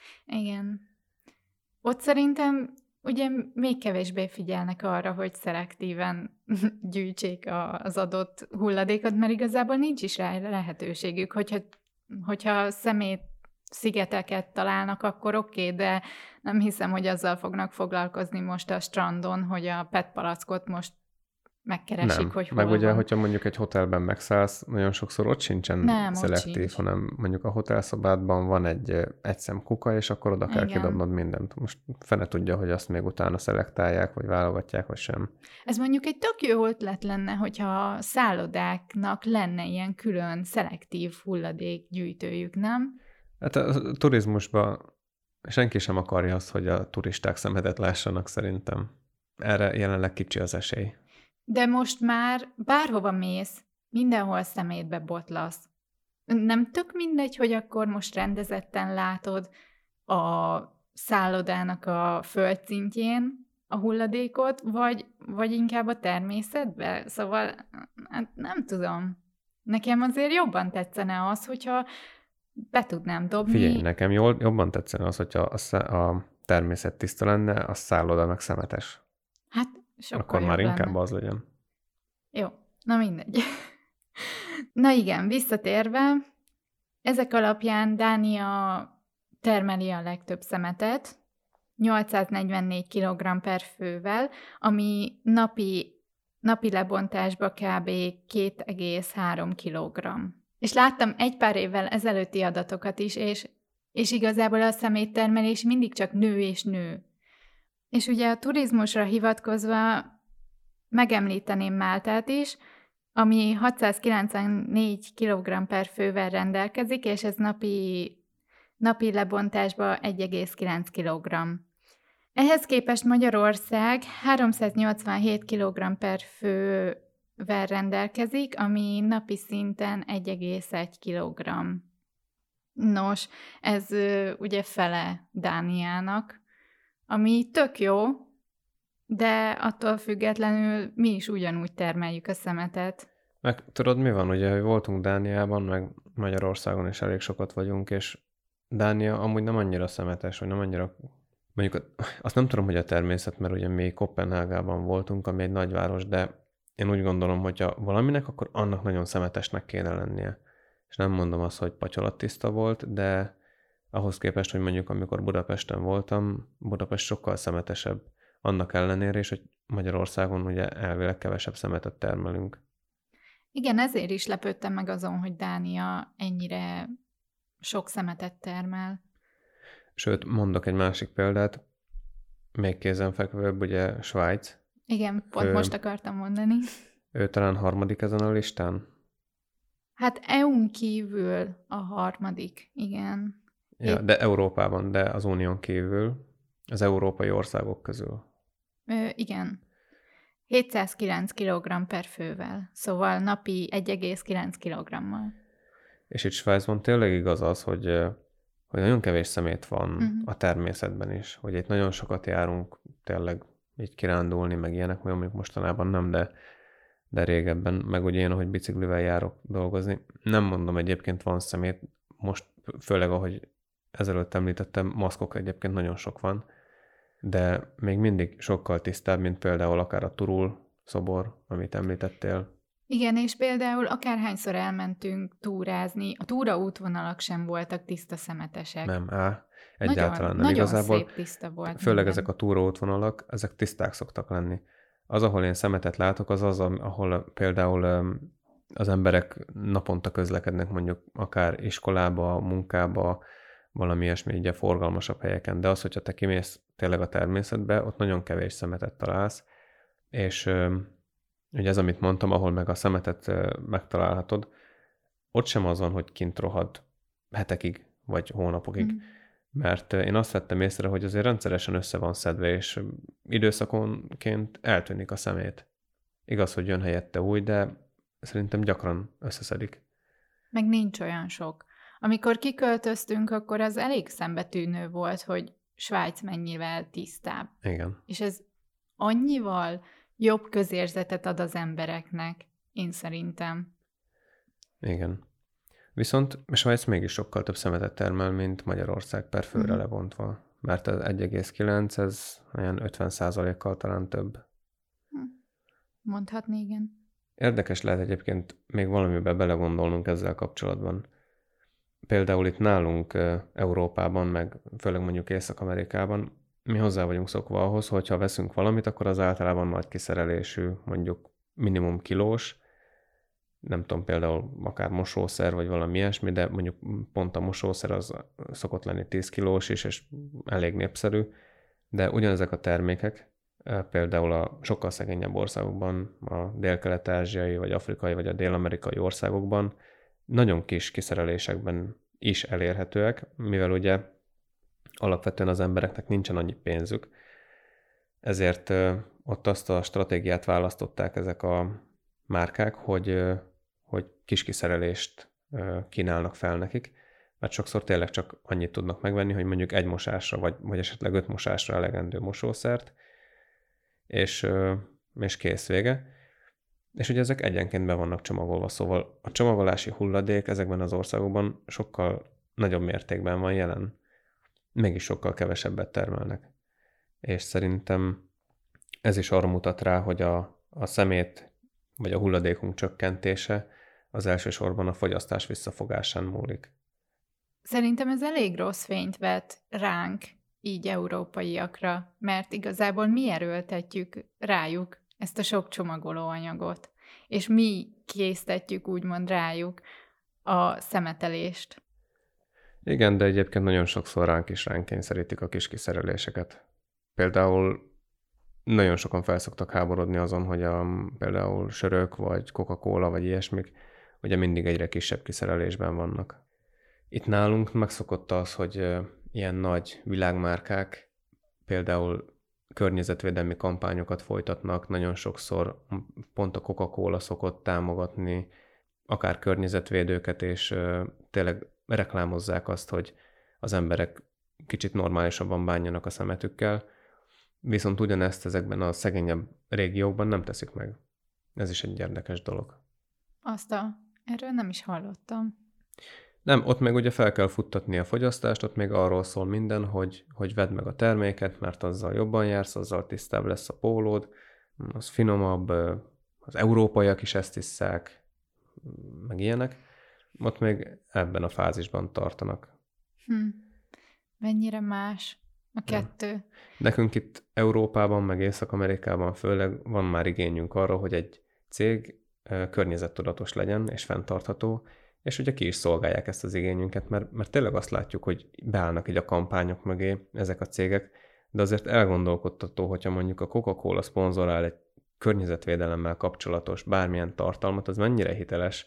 Speaker 1: Igen. Ott szerintem ugye még kevésbé figyelnek arra, hogy szelektíven gyűjtsék a- az adott hulladékot, mert igazából nincs is rá lehetőségük. Hogyha, hogyha szemét szigeteket találnak, akkor oké, okay, de nem hiszem, hogy azzal fognak foglalkozni most a strandon, hogy a pé é té palackot most megkeresik,
Speaker 2: Nem.
Speaker 1: hogy hol
Speaker 2: Meg ugye,
Speaker 1: van.
Speaker 2: hogyha mondjuk egy hotelben megszállsz, nagyon sokszor ott sincsen
Speaker 1: Nem, ott
Speaker 2: szelektív,
Speaker 1: sincs.
Speaker 2: hanem mondjuk a hotelszobádban van egy ö, egy szem kuka, és akkor oda kell
Speaker 1: Igen.
Speaker 2: kidobnod mindent. Most fene tudja, hogy azt még utána szelektálják, vagy válogatják, vagy sem.
Speaker 1: Ez mondjuk egy tök jó ötlet lenne, hogyha a szállodáknak lenne ilyen külön szelektív hulladékgyűjtőjük, nem?
Speaker 2: Hát a turizmusban senki sem akarja azt, hogy a turisták szemetet lássanak szerintem. Erre jelenleg kicsi az esély.
Speaker 1: De most már bárhova mész, mindenhol szemétbe botlasz. Nem tök mindegy, hogy akkor most rendezetten látod a szállodának a földszintjén a hulladékot, vagy, vagy inkább a természetbe. Szóval hát nem tudom. Nekem azért jobban tetszene az, hogyha be tudnám dobni.
Speaker 2: Figyelj, nekem jól, jobban tetszene az, hogyha a, szá- a természet tiszta lenne, a szálloda meg szemetes.
Speaker 1: Hát sokkal
Speaker 2: Akkor
Speaker 1: jobb
Speaker 2: már
Speaker 1: lenne.
Speaker 2: inkább az legyen.
Speaker 1: Jó, na mindegy. Na igen, visszatérve, ezek alapján Dánia termeli a legtöbb szemetet, nyolcszáznegyvennégy kilogramm per fővel, ami napi, napi lebontásba kb. két egész három kilogramm. És láttam egy pár évvel ezelőtti adatokat is, és, és igazából a szeméttermelés mindig csak nő és nő. És ugye a turizmusra hivatkozva megemlíteném Máltát is, ami hatszázkilencvennégy kilogramm per fővel rendelkezik, és ez napi, napi lebontásban egy egész kilenc kilogramm. Ehhez képest Magyarország háromszáznyolcvanhét kilogramm per fővel rendelkezik, ami napi szinten egy egész egy kilogramm. Nos, ez ö, ugye fele Dániának, ami tök jó, de attól függetlenül mi is ugyanúgy termeljük a szemetet.
Speaker 2: Meg tudod, mi van? Ugye, hogy voltunk Dániában, meg Magyarországon is elég sokat vagyunk, és Dánia amúgy nem annyira szemetes, vagy nem annyira... Mondjuk azt nem tudom, hogy a természet, mert ugye mi Koppenhágában voltunk, ami egy nagyváros, de én úgy gondolom, hogyha valaminek, akkor annak nagyon szemetesnek kéne lennie. És nem mondom azt, hogy patyolattiszta volt, de ahhoz képest, hogy mondjuk amikor Budapesten voltam, Budapest sokkal szemetesebb. Annak ellenére is, hogy Magyarországon ugye elvileg kevesebb szemetet termelünk.
Speaker 1: Igen, ezért is lepődtem meg azon, hogy Dánia ennyire sok szemetet termel.
Speaker 2: Sőt, mondok egy másik példát, még kézenfekvőbb, ugye Svájc.
Speaker 1: Igen, pont
Speaker 2: Ő-
Speaker 1: most akartam mondani.
Speaker 2: Ő talán harmadik ezen a listán.
Speaker 1: Hát é u-n kívül a harmadik, igen.
Speaker 2: Ja,
Speaker 1: Hét-
Speaker 2: de Európában, de az unión kívül, az európai országok közül.
Speaker 1: Ö, igen. hétszázkilenc kilogramm per fővel, szóval napi egy egész kilenc kilogrammal.
Speaker 2: És itt Svájcban tényleg igaz az, hogy, eh, hogy nagyon kevés szemét van
Speaker 1: Mhm.
Speaker 2: a természetben is, hogy itt nagyon sokat járunk tényleg így kirándulni, meg ilyenek, mondjuk mostanában nem, de, de régebben, meg ugye én, ahogy biciklivel járok dolgozni. Nem mondom, egyébként van szemét, most főleg, ahogy ezelőtt említettem, maszkok egyébként nagyon sok van, de még mindig sokkal tisztább, mint például akár a Turul szobor, amit említettél.
Speaker 1: Igen, és például akárhányszor elmentünk túrázni, a túraútvonalak sem voltak tiszta szemetesek.
Speaker 2: Nem, á, egyáltalán
Speaker 1: nagyon,
Speaker 2: nem.
Speaker 1: Nagyon
Speaker 2: Igazából
Speaker 1: szép tiszta volt
Speaker 2: főleg
Speaker 1: minden.
Speaker 2: ezek a túraútvonalak, ezek tiszták szoktak lenni. Az, ahol én szemetet látok, az az, ahol például öm, az emberek naponta közlekednek mondjuk akár iskolába, munkába, valami ilyesmi, így a forgalmasabb helyeken. De az, hogyha te kimész tényleg a természetbe, ott nagyon kevés szemetet találsz, és öm, ugye ez, amit mondtam, ahol meg a szemetet ö, megtalálhatod, ott sem az van, hogy kint rohad hetekig, vagy hónapokig.
Speaker 1: Mm.
Speaker 2: Mert én azt vettem észre, hogy azért rendszeresen össze van szedve, és időszakonként eltűnik a szemét. Igaz, hogy jön helyette új, de szerintem gyakran összeszedik.
Speaker 1: Meg nincs olyan sok. Amikor kiköltöztünk, akkor az elég szembetűnő volt, hogy Svájc mennyivel tisztább.
Speaker 2: Igen.
Speaker 1: És ez annyival jobb közérzetet ad az embereknek, én szerintem.
Speaker 2: Igen. Viszont Svájc mégis sokkal több szemetet termel, mint Magyarország per főre
Speaker 1: Mhm.
Speaker 2: lebontva. Mert az egy egész kilenc, ez olyan ötven százalékkal talán több.
Speaker 1: Hm. Mondhatni, igen.
Speaker 2: Érdekes lehet egyébként még valamiben belegondolnunk ezzel kapcsolatban. Például itt nálunk Európában, meg főleg mondjuk Észak-Amerikában mi hozzá vagyunk szokva ahhoz, hogyha veszünk valamit, akkor az általában nagy kiszerelésű, mondjuk minimum kilós, nem tudom, például akár mosószer, vagy valami ilyesmi, de mondjuk pont a mosószer az szokott lenni tíz kilós is, és elég népszerű, de ugyanezek a termékek, például a sokkal szegényebb országokban, a dél-kelet-ázsiai, vagy afrikai, vagy a dél-amerikai országokban nagyon kis kiszerelésekben is elérhetőek, mivel ugye alapvetően az embereknek nincsen annyi pénzük, ezért ott azt a stratégiát választották ezek a márkák, hogy, hogy kis kiszerelést kínálnak fel nekik, mert sokszor tényleg csak annyit tudnak megvenni, hogy mondjuk egy mosásra, vagy, vagy esetleg öt mosásra elegendő mosószert, és, és kész vége. És ugye ezek egyenként be vannak csomagolva, szóval a csomagolási hulladék ezekben az országokban sokkal nagyobb mértékben van jelen. Mégis sokkal kevesebbet termelnek. És szerintem ez is arra mutat rá, hogy a, a szemét vagy a hulladékunk csökkentése az elsősorban a fogyasztás visszafogásán múlik.
Speaker 1: Szerintem ez elég rossz fényt vet ránk, így európaiakra, mert igazából mi erőltetjük rájuk ezt a sok csomagolóanyagot, és mi késztetjük úgymond rájuk a szemetelést.
Speaker 2: Igen, de egyébként nagyon sokszor ránk is ránk kényszerítik a kis kiszereléseket. Például nagyon sokan felszoktak háborodni azon, hogy a, például sörök, vagy Coca-Cola, vagy ilyesmik, ugye mindig egyre kisebb kiszerelésben vannak. Itt nálunk megszokott az, hogy ilyen nagy világmárkák például környezetvédelmi kampányokat folytatnak, nagyon sokszor pont a Coca-Cola szokott támogatni akár környezetvédőket, és tényleg reklámozzák azt, hogy az emberek kicsit normálisabban bánjanak a szemetükkel, viszont ugyanezt ezekben a szegényebb régiókban nem teszik meg. Ez is egy érdekes dolog.
Speaker 1: Azt a... Erről nem is hallottam.
Speaker 2: Nem, ott meg ugye fel kell futtatni a fogyasztást, ott még arról szól minden, hogy, hogy vedd meg a terméket, mert azzal jobban jársz, azzal tisztább lesz a pólód, az finomabb, az európaiak is ezt isszák, meg ilyenek. Ott még ebben a fázisban tartanak.
Speaker 1: Hm. Mennyire más a kettő. Ja.
Speaker 2: Nekünk itt Európában, meg Észak-Amerikában főleg van már igényünk arra, hogy egy cég környezettudatos legyen és fenntartható, és ugye ki is szolgálják ezt az igényünket, mert, mert tényleg azt látjuk, hogy beállnak így a kampányok mögé ezek a cégek, de azért elgondolkodtató, hogyha mondjuk a Coca-Cola szponzorál egy környezetvédelemmel kapcsolatos bármilyen tartalmat, az mennyire hiteles,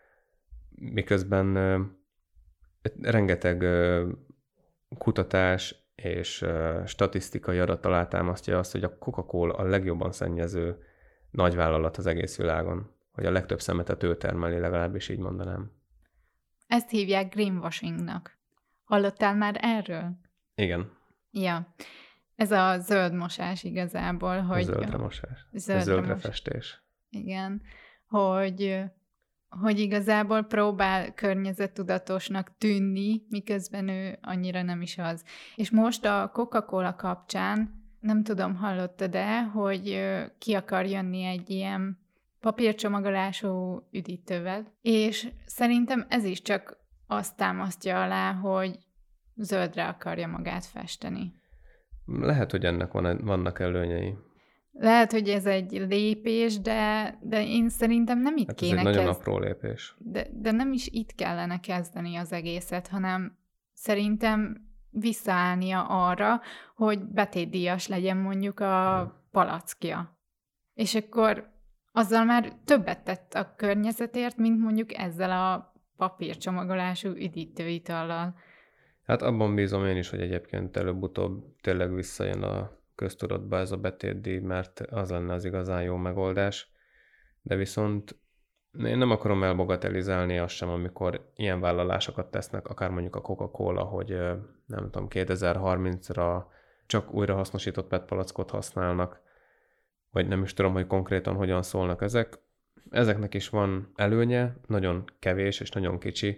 Speaker 2: miközben ö, rengeteg ö, kutatás és ö, statisztikai adat alátámasztja azt, hogy a Coca-Cola a legjobban szennyező nagyvállalat az egész világon, hogy a legtöbb szemetet ő termeli, legalábbis így mondanám.
Speaker 1: Ezt hívják greenwashingnak. Hallottál már erről?
Speaker 2: Igen.
Speaker 1: Ja. Ez a zöld mosás igazából, hogy...
Speaker 2: Zöldre mosás.
Speaker 1: Zöldre,
Speaker 2: zöldre
Speaker 1: mos...
Speaker 2: festés.
Speaker 1: Igen. Hogy, hogy igazából próbál környezettudatosnak tűnni, miközben ő annyira nem is az. És most a Coca-Cola kapcsán, nem tudom, hallottad-e, hogy ki akar jönni egy ilyen papírcsomagolású üdítővel, és szerintem ez is csak azt támasztja alá, hogy zöldre akarja magát festeni.
Speaker 2: Lehet, hogy ennek van, vannak előnyei.
Speaker 1: Lehet, hogy ez egy lépés, de, de én szerintem nem itt
Speaker 2: hát
Speaker 1: kéne
Speaker 2: ez egy nagyon
Speaker 1: kezd...
Speaker 2: apró lépés.
Speaker 1: De, de nem is itt kellene kezdeni az egészet, hanem szerintem visszaállnia arra, hogy betétdíjas legyen mondjuk a hmm. palackja. És akkor azzal már többet tett a környezetért, mint mondjuk ezzel a papírcsomagolású üdítőitallal.
Speaker 2: Hát abban bízom én is, hogy egyébként előbb-utóbb tényleg visszajön a köztudatba ez a betétdíj, mert az lenne az igazán jó megoldás. De viszont én nem akarom elbagatelizálni azt sem, amikor ilyen vállalásokat tesznek, akár mondjuk a Coca-Cola, hogy nem tudom, kétezer-harmincra csak újrahasznosított pé é té palackot használnak, vagy nem is tudom, hogy konkrétan hogyan szólnak ezek. Ezeknek is van előnye, nagyon kevés és nagyon kicsi,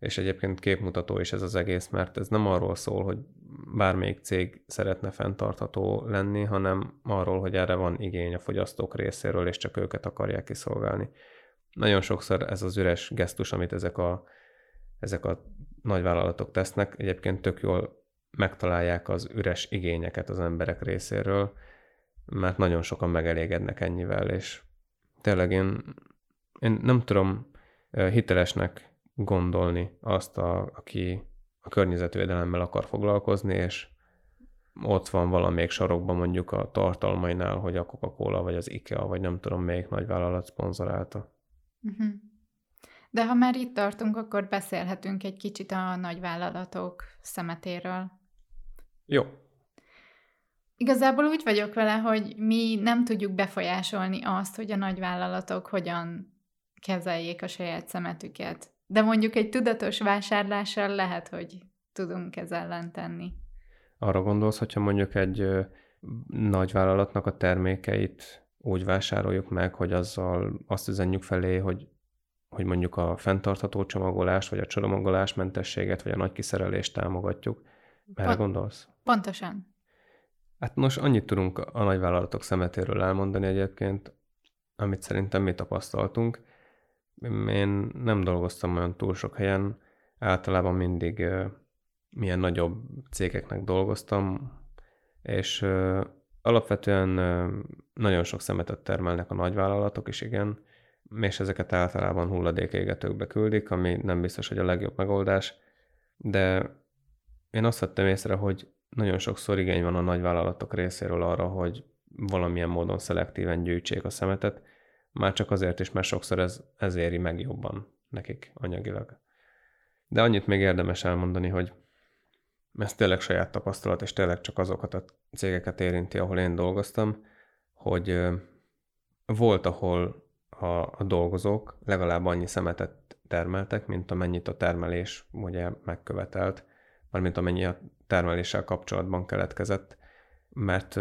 Speaker 2: és egyébként képmutató is ez az egész, mert ez nem arról szól, hogy bármelyik cég szeretne fenntartható lenni, hanem arról, hogy erre van igény a fogyasztók részéről, és csak őket akarják kiszolgálni. Nagyon sokszor ez az üres gesztus, amit ezek a, ezek a nagyvállalatok tesznek, egyébként tök jól megtalálják az üres igényeket az emberek részéről, mert nagyon sokan megelégednek ennyivel, és tényleg én, én nem tudom hitelesnek gondolni azt, a, aki a környezetvédelemmel akar foglalkozni, és ott van valamelyik sarokban mondjuk a tartalmainál, hogy a Coca-Cola, vagy az IKEA, vagy nem tudom melyik nagyvállalat szponzorálta.
Speaker 1: Uh-huh. De ha már itt tartunk, akkor beszélhetünk egy kicsit a nagyvállalatok szemetéről.
Speaker 2: Jó.
Speaker 1: Igazából úgy vagyok vele, hogy mi nem tudjuk befolyásolni azt, hogy a nagyvállalatok hogyan kezeljék a saját szemetüket. De mondjuk egy tudatos vásárlással lehet, hogy tudunk ez ellen tenni.
Speaker 2: Arra gondolsz, hogyha mondjuk egy ö, nagyvállalatnak a termékeit úgy vásároljuk meg, hogy azzal azt üzenjük felé, hogy, hogy mondjuk a fenntartható csomagolást, vagy a csomagolásmentességet, vagy a nagy kiszerelést támogatjuk. Erre Pont, gondolsz?
Speaker 1: Pontosan.
Speaker 2: Hát most annyit tudunk a nagyvállalatok szemetéről elmondani egyébként, amit szerintem mi tapasztaltunk. Én nem dolgoztam olyan túl sok helyen, általában mindig uh, milyen nagyobb cégeknek dolgoztam, és uh, alapvetően uh, nagyon sok szemetet termelnek a nagyvállalatok is, igen, és ezeket általában hulladékégetőkbe küldik, ami nem biztos, hogy a legjobb megoldás, de én azt vettem észre, hogy nagyon sokszor igény van a nagyvállalatok részéről arra, hogy valamilyen módon szelektíven gyűjtsék a szemetet, már csak azért is, mert sokszor ez, ez éri meg jobban nekik anyagilag. De annyit még érdemes elmondani, hogy ez tényleg saját tapasztalat, és tényleg csak azokat a cégeket érinti, ahol én dolgoztam, hogy volt, ahol a, a dolgozók legalább annyi szemetet termeltek, mint amennyit a termelés ugye megkövetelt, mármint amennyi a termeléssel kapcsolatban keletkezett, mert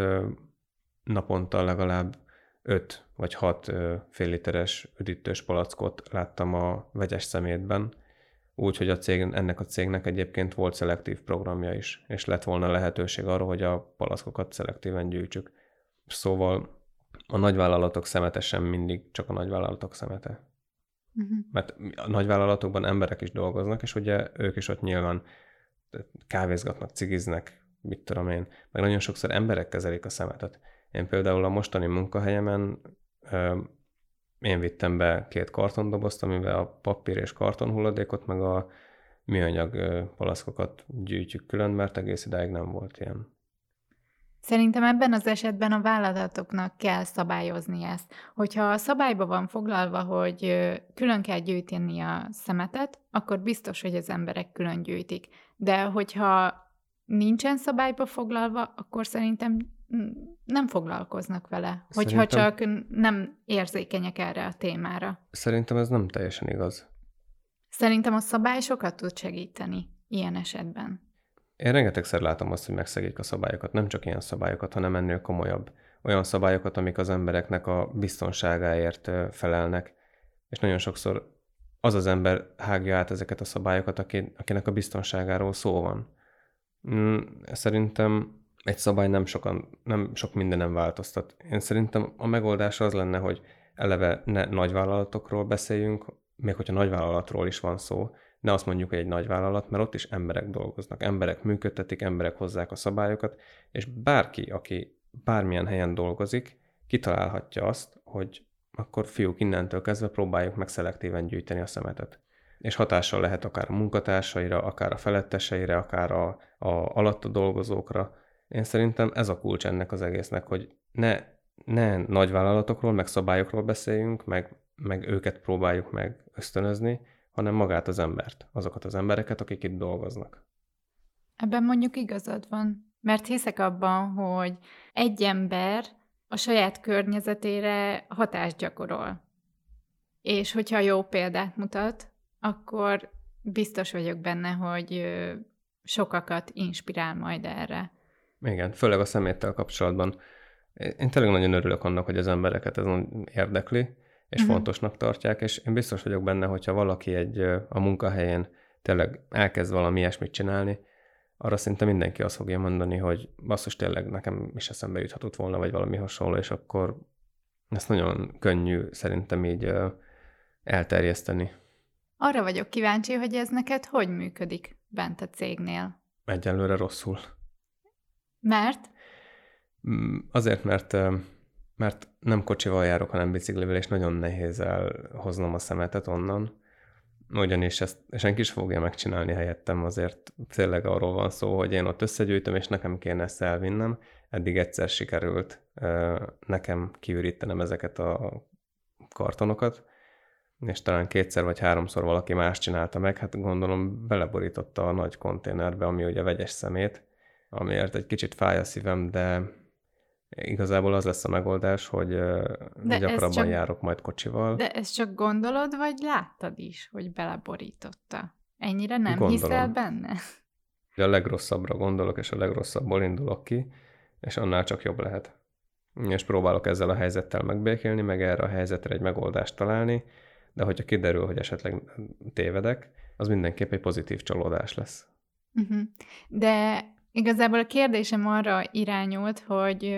Speaker 2: naponta legalább öt vagy hat fél literes üdítős palackot láttam a vegyes szemétben, úgyhogy a cég, ennek a cégnek egyébként volt szelektív programja is, és lett volna lehetőség arra, hogy a palackokat szelektíven gyűjtsük. Szóval a nagyvállalatok szemete sem mindig csak a nagyvállalatok szemete. Uh-huh. Mert a nagyvállalatokban emberek is dolgoznak, és ugye ők is ott nyilván kávézgatnak, cigiznek, mit tudom én, meg nagyon sokszor emberek kezelik a szemetet. Én például a mostani munkahelyemen ö, én vittem be két kartondobozt, amivel a papír és karton hulladékot, meg a műanyag ö, palaszkokat gyűjtjük külön, mert egész idáig nem volt ilyen.
Speaker 1: Szerintem ebben az esetben a vállalatoknak kell szabályozni ezt. Hogyha a szabályba van foglalva, hogy külön kell gyűjteni a szemetet, akkor biztos, hogy az emberek külön gyűjtik. De hogyha nincsen szabályba foglalva, akkor szerintem nem foglalkoznak vele. Hogyha szerintem, csak nem érzékenyek erre a témára.
Speaker 2: Szerintem ez nem teljesen igaz.
Speaker 1: Szerintem a szabály sokat tud segíteni ilyen esetben.
Speaker 2: Én rengetegszer látom azt, hogy megszegik a szabályokat, nem csak ilyen szabályokat, hanem ennél komolyabb. Olyan szabályokat, amik az embereknek a biztonságáért felelnek. És nagyon sokszor az az ember hágja át ezeket a szabályokat, akinek a biztonságáról szó van. Szerintem egy szabály nem, sokan, nem sok mindenem változtat. Én szerintem a megoldás az lenne, hogy eleve ne nagyvállalatokról beszéljünk, még hogyha nagyvállalatról is van szó, ne azt mondjuk, hogy egy nagyvállalat, mert ott is emberek dolgoznak, emberek működtetik, emberek hozzák a szabályokat, és bárki, aki bármilyen helyen dolgozik, kitalálhatja azt, hogy akkor fiúk, innentől kezdve próbáljuk meg szelektíven gyűjteni a szemetet. És hatással lehet akár a munkatársaira, akár a feletteseire, akár a, a alatta dolgozókra. Én szerintem ez a kulcs ennek az egésznek, hogy ne, ne nagyvállalatokról, meg szabályokról beszéljünk, meg, meg őket próbáljuk meg ösztönözni, hanem magát az embert, azokat az embereket, akik itt dolgoznak.
Speaker 1: Ebben mondjuk igazad van, mert hiszek abban, hogy egy ember a saját környezetére hatást gyakorol. És hogyha jó példát mutat, akkor biztos vagyok benne, hogy sokakat inspirál majd erre.
Speaker 2: Igen, főleg a szeméttel kapcsolatban. Én tényleg nagyon örülök annak, hogy az embereket ez érdekli, és uh-huh. fontosnak tartják, és én biztos vagyok benne, hogyha valaki egy a munkahelyén tényleg elkezd valami ilyesmit csinálni, arra szinte mindenki azt fogja mondani, hogy basszus, tényleg nekem is eszembe juthatott volna, vagy valami hasonló, és akkor ezt nagyon könnyű szerintem így ö, elterjeszteni.
Speaker 1: Arra vagyok kíváncsi, hogy ez neked hogy működik bent a cégnél.
Speaker 2: Egyelőre rosszul.
Speaker 1: Mert?
Speaker 2: Azért, mert, mert nem kocsival járok, hanem biciklivel, és nagyon nehéz elhoznom a szemetet onnan. Ugyanis ezt senki is fogja megcsinálni helyettem, azért tényleg arról van szó, hogy én ott összegyűjtöm, és nekem kéne ezt elvinnem. Eddig egyszer sikerült nekem kiürítenem ezeket a kartonokat, és talán kétszer vagy háromszor valaki más csinálta meg, hát gondolom beleborította a nagy konténerbe, ami ugye vegyes szemét, amiért egy kicsit fáj a szívem, de igazából az lesz a megoldás, hogy de gyakrabban csak, járok majd kocsival.
Speaker 1: De ezt csak gondolod, vagy láttad is, hogy beleborította? Ennyire nem
Speaker 2: Gondolom.
Speaker 1: Hiszel benne?
Speaker 2: A legrosszabbra gondolok, és a legrosszabbból indulok ki, és annál csak jobb lehet. És próbálok ezzel a helyzettel megbékélni, meg erre a helyzetre egy megoldást találni, de hogyha kiderül, hogy esetleg tévedek, az mindenképp egy pozitív csalódás lesz.
Speaker 1: Uh-huh. De igazából a kérdésem arra irányult, hogy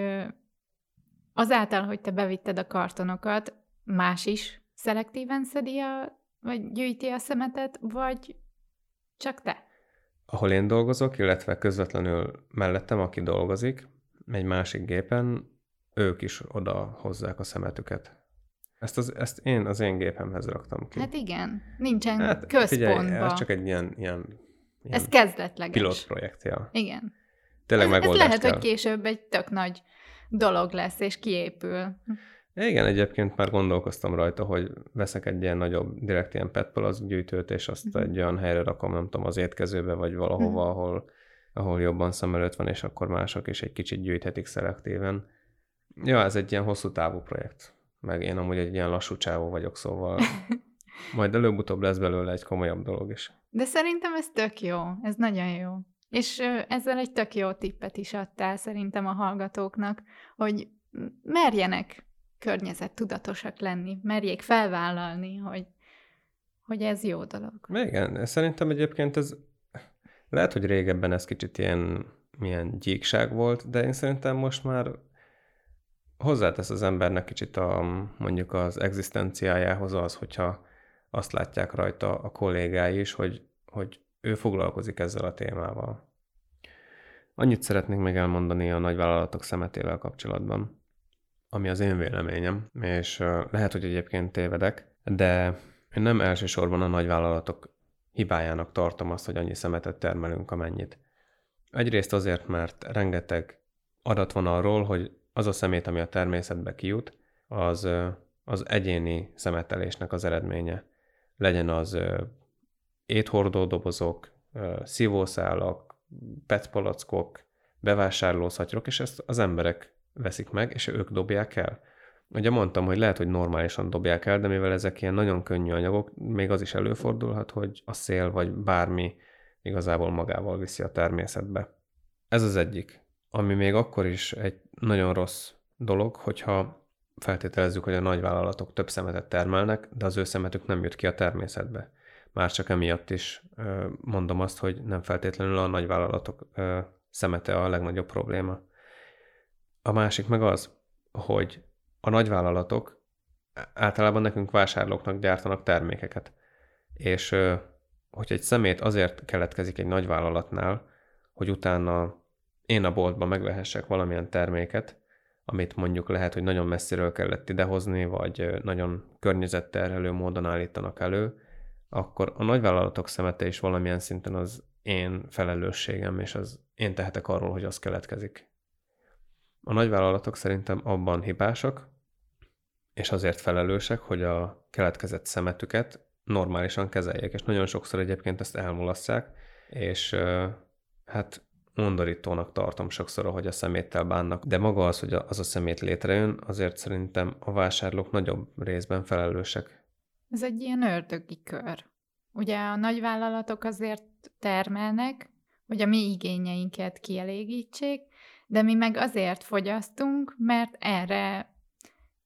Speaker 1: azáltal, hogy te bevitted a kartonokat, más is szelektíven szedi a, vagy gyűjti a szemetet, vagy csak te?
Speaker 2: Ahol én dolgozok, illetve közvetlenül mellettem, aki dolgozik, egy másik gépen, ők is oda hozzák a szemetüket. Ezt, az, ezt én az én gépemhez raktam ki.
Speaker 1: Hát igen, nincsen
Speaker 2: hát,
Speaker 1: központba.
Speaker 2: Figyelj, ez csak egy ilyen, ilyen, ilyen
Speaker 1: ez kezdetleges.
Speaker 2: pilotprojekt, ja.
Speaker 1: Igen.
Speaker 2: Tényleg
Speaker 1: ez,
Speaker 2: megoldást
Speaker 1: ez lehet,
Speaker 2: kell.
Speaker 1: hogy később egy tök nagy dolog lesz, és kiépül.
Speaker 2: Igen, egyébként már gondolkoztam rajta, hogy veszek egy ilyen nagyobb, direkt ilyen petpalack gyűjtőt, és azt uh-huh. egy olyan helyre rakom, nem tudom, az étkezőbe, vagy valahova, uh-huh. ahol, ahol jobban szem előtt van, és akkor mások is egy kicsit gyűjthetik szelektíven. Ja, ez egy ilyen hosszú távú projekt. Meg én amúgy egy ilyen lassú csávó vagyok, szóval majd előbb-utóbb lesz belőle egy komolyabb dolog is.
Speaker 1: De szerintem ez tök jó, ez nagyon jó. És ezzel egy tök jó tippet is adtál szerintem a hallgatóknak, hogy merjenek környezettudatosak lenni, merjék felvállalni, hogy, hogy ez jó dolog.
Speaker 2: Igen, szerintem egyébként ez lehet, hogy régebben ez kicsit ilyen, ilyen gyíkság volt, de én szerintem most már hozzátesz az embernek kicsit a, mondjuk az egzisztenciájához az, hogyha azt látják rajta a kollégái is, hogy, hogy ő foglalkozik ezzel a témával. Annyit szeretnék még elmondani a nagyvállalatok szemetével kapcsolatban, ami az én véleményem, és lehet, hogy egyébként tévedek, de én nem elsősorban a nagyvállalatok hibájának tartom azt, hogy annyi szemetet termelünk, amennyit. Egyrészt azért, mert rengeteg adat van arról, hogy az a szemét, ami a természetbe kijut, az, az egyéni szemetelésnek az eredménye. Legyen az éthordódobozok, szívószálak, petpalackok, bevásárlószatyrok, és ezt az emberek veszik meg, és ők dobják el. Ugye mondtam, hogy lehet, hogy normálisan dobják el, de mivel ezek ilyen nagyon könnyű anyagok, még az is előfordulhat, hogy a szél vagy bármi igazából magával viszi a természetbe. Ez az egyik. Ami még akkor is egy nagyon rossz dolog, hogyha feltételezzük, hogy a nagyvállalatok több szemetet termelnek, de az ő szemetük nem jut ki a természetbe. Már csak emiatt is mondom azt, hogy nem feltétlenül a nagyvállalatok szemete a legnagyobb probléma. A másik meg az, hogy a nagyvállalatok általában nekünk vásárlóknak gyártanak termékeket. És hogy egy szemét azért keletkezik egy nagyvállalatnál, hogy utána én a boltban megvehessek valamilyen terméket, amit mondjuk lehet, hogy nagyon messziről kellett idehozni, vagy nagyon környezetterhelő módon állítanak elő, akkor a nagyvállalatok szemete is valamilyen szinten az én felelősségem, és az én tehetek arról, hogy az keletkezik. A nagyvállalatok szerintem abban hibásak, és azért felelősek, hogy a keletkezett szemetüket normálisan kezeljék, és nagyon sokszor egyébként ezt elmulasszák, és hát undorítónak tartom sokszor, hogy a szeméttel bánnak, de maga az, hogy az a szemét létrejön, azért szerintem a vásárlók nagyobb részben felelősek.
Speaker 1: Ez egy ilyen ördögi kör. Ugye a nagyvállalatok azért termelnek, hogy a mi igényeinket kielégítsék, de mi meg azért fogyasztunk, mert erre...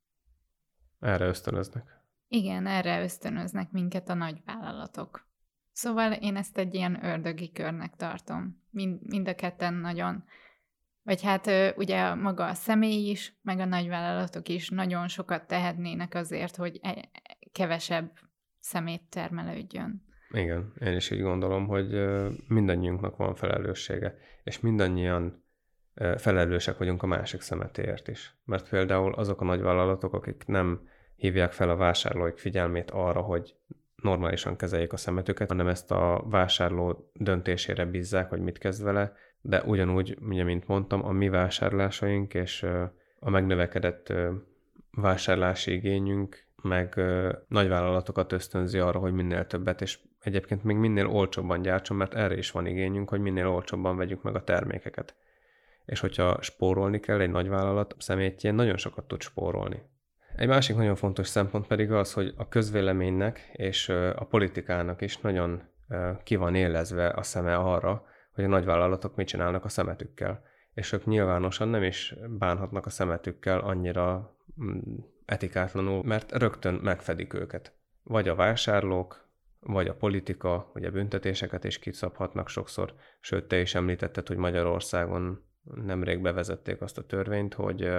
Speaker 2: Erre ösztönöznek.
Speaker 1: Igen, erre ösztönöznek minket a nagyvállalatok. Szóval én ezt egy ilyen ördögi körnek tartom. Mind, mind a ketten nagyon. Vagy hát ugye maga a személy is, meg a nagyvállalatok is nagyon sokat tehetnének azért, hogy kevesebb szemét termelődjön.
Speaker 2: Igen, én is így gondolom, hogy mindannyiunknak van felelőssége, és mindannyian felelősek vagyunk a másik szemetéért is. Mert például azok a nagyvállalatok, akik nem hívják fel a vásárlóik figyelmét arra, hogy normálisan kezeljék a szemetüket, hanem ezt a vásárló döntésére bízzák, hogy mit kezd vele, de ugyanúgy, ugye, mint mondtam, a mi vásárlásaink és a megnövekedett vásárlási igényünk meg nagyvállalatokat ösztönzi arra, hogy minél többet, és egyébként még minél olcsóbban gyártson, mert erre is van igényünk, hogy minél olcsóbban vegyük meg a termékeket. És hogyha spórolni kell, egy nagyvállalat szemétjén nagyon sokat tud spórolni. Egy másik nagyon fontos szempont pedig az, hogy a közvéleménynek és a politikának is nagyon ki van élezve a szeme arra, hogy a nagyvállalatok mit csinálnak a szemetükkel. És ők nyilvánosan nem is bánhatnak a szemetükkel annyira etikátlanul, mert rögtön megfedik őket. Vagy a vásárlók, vagy a politika, vagy a büntetéseket is kiszabhatnak sokszor. Sőt, te is említetted, hogy Magyarországon nemrég bevezették azt a törvényt, hogy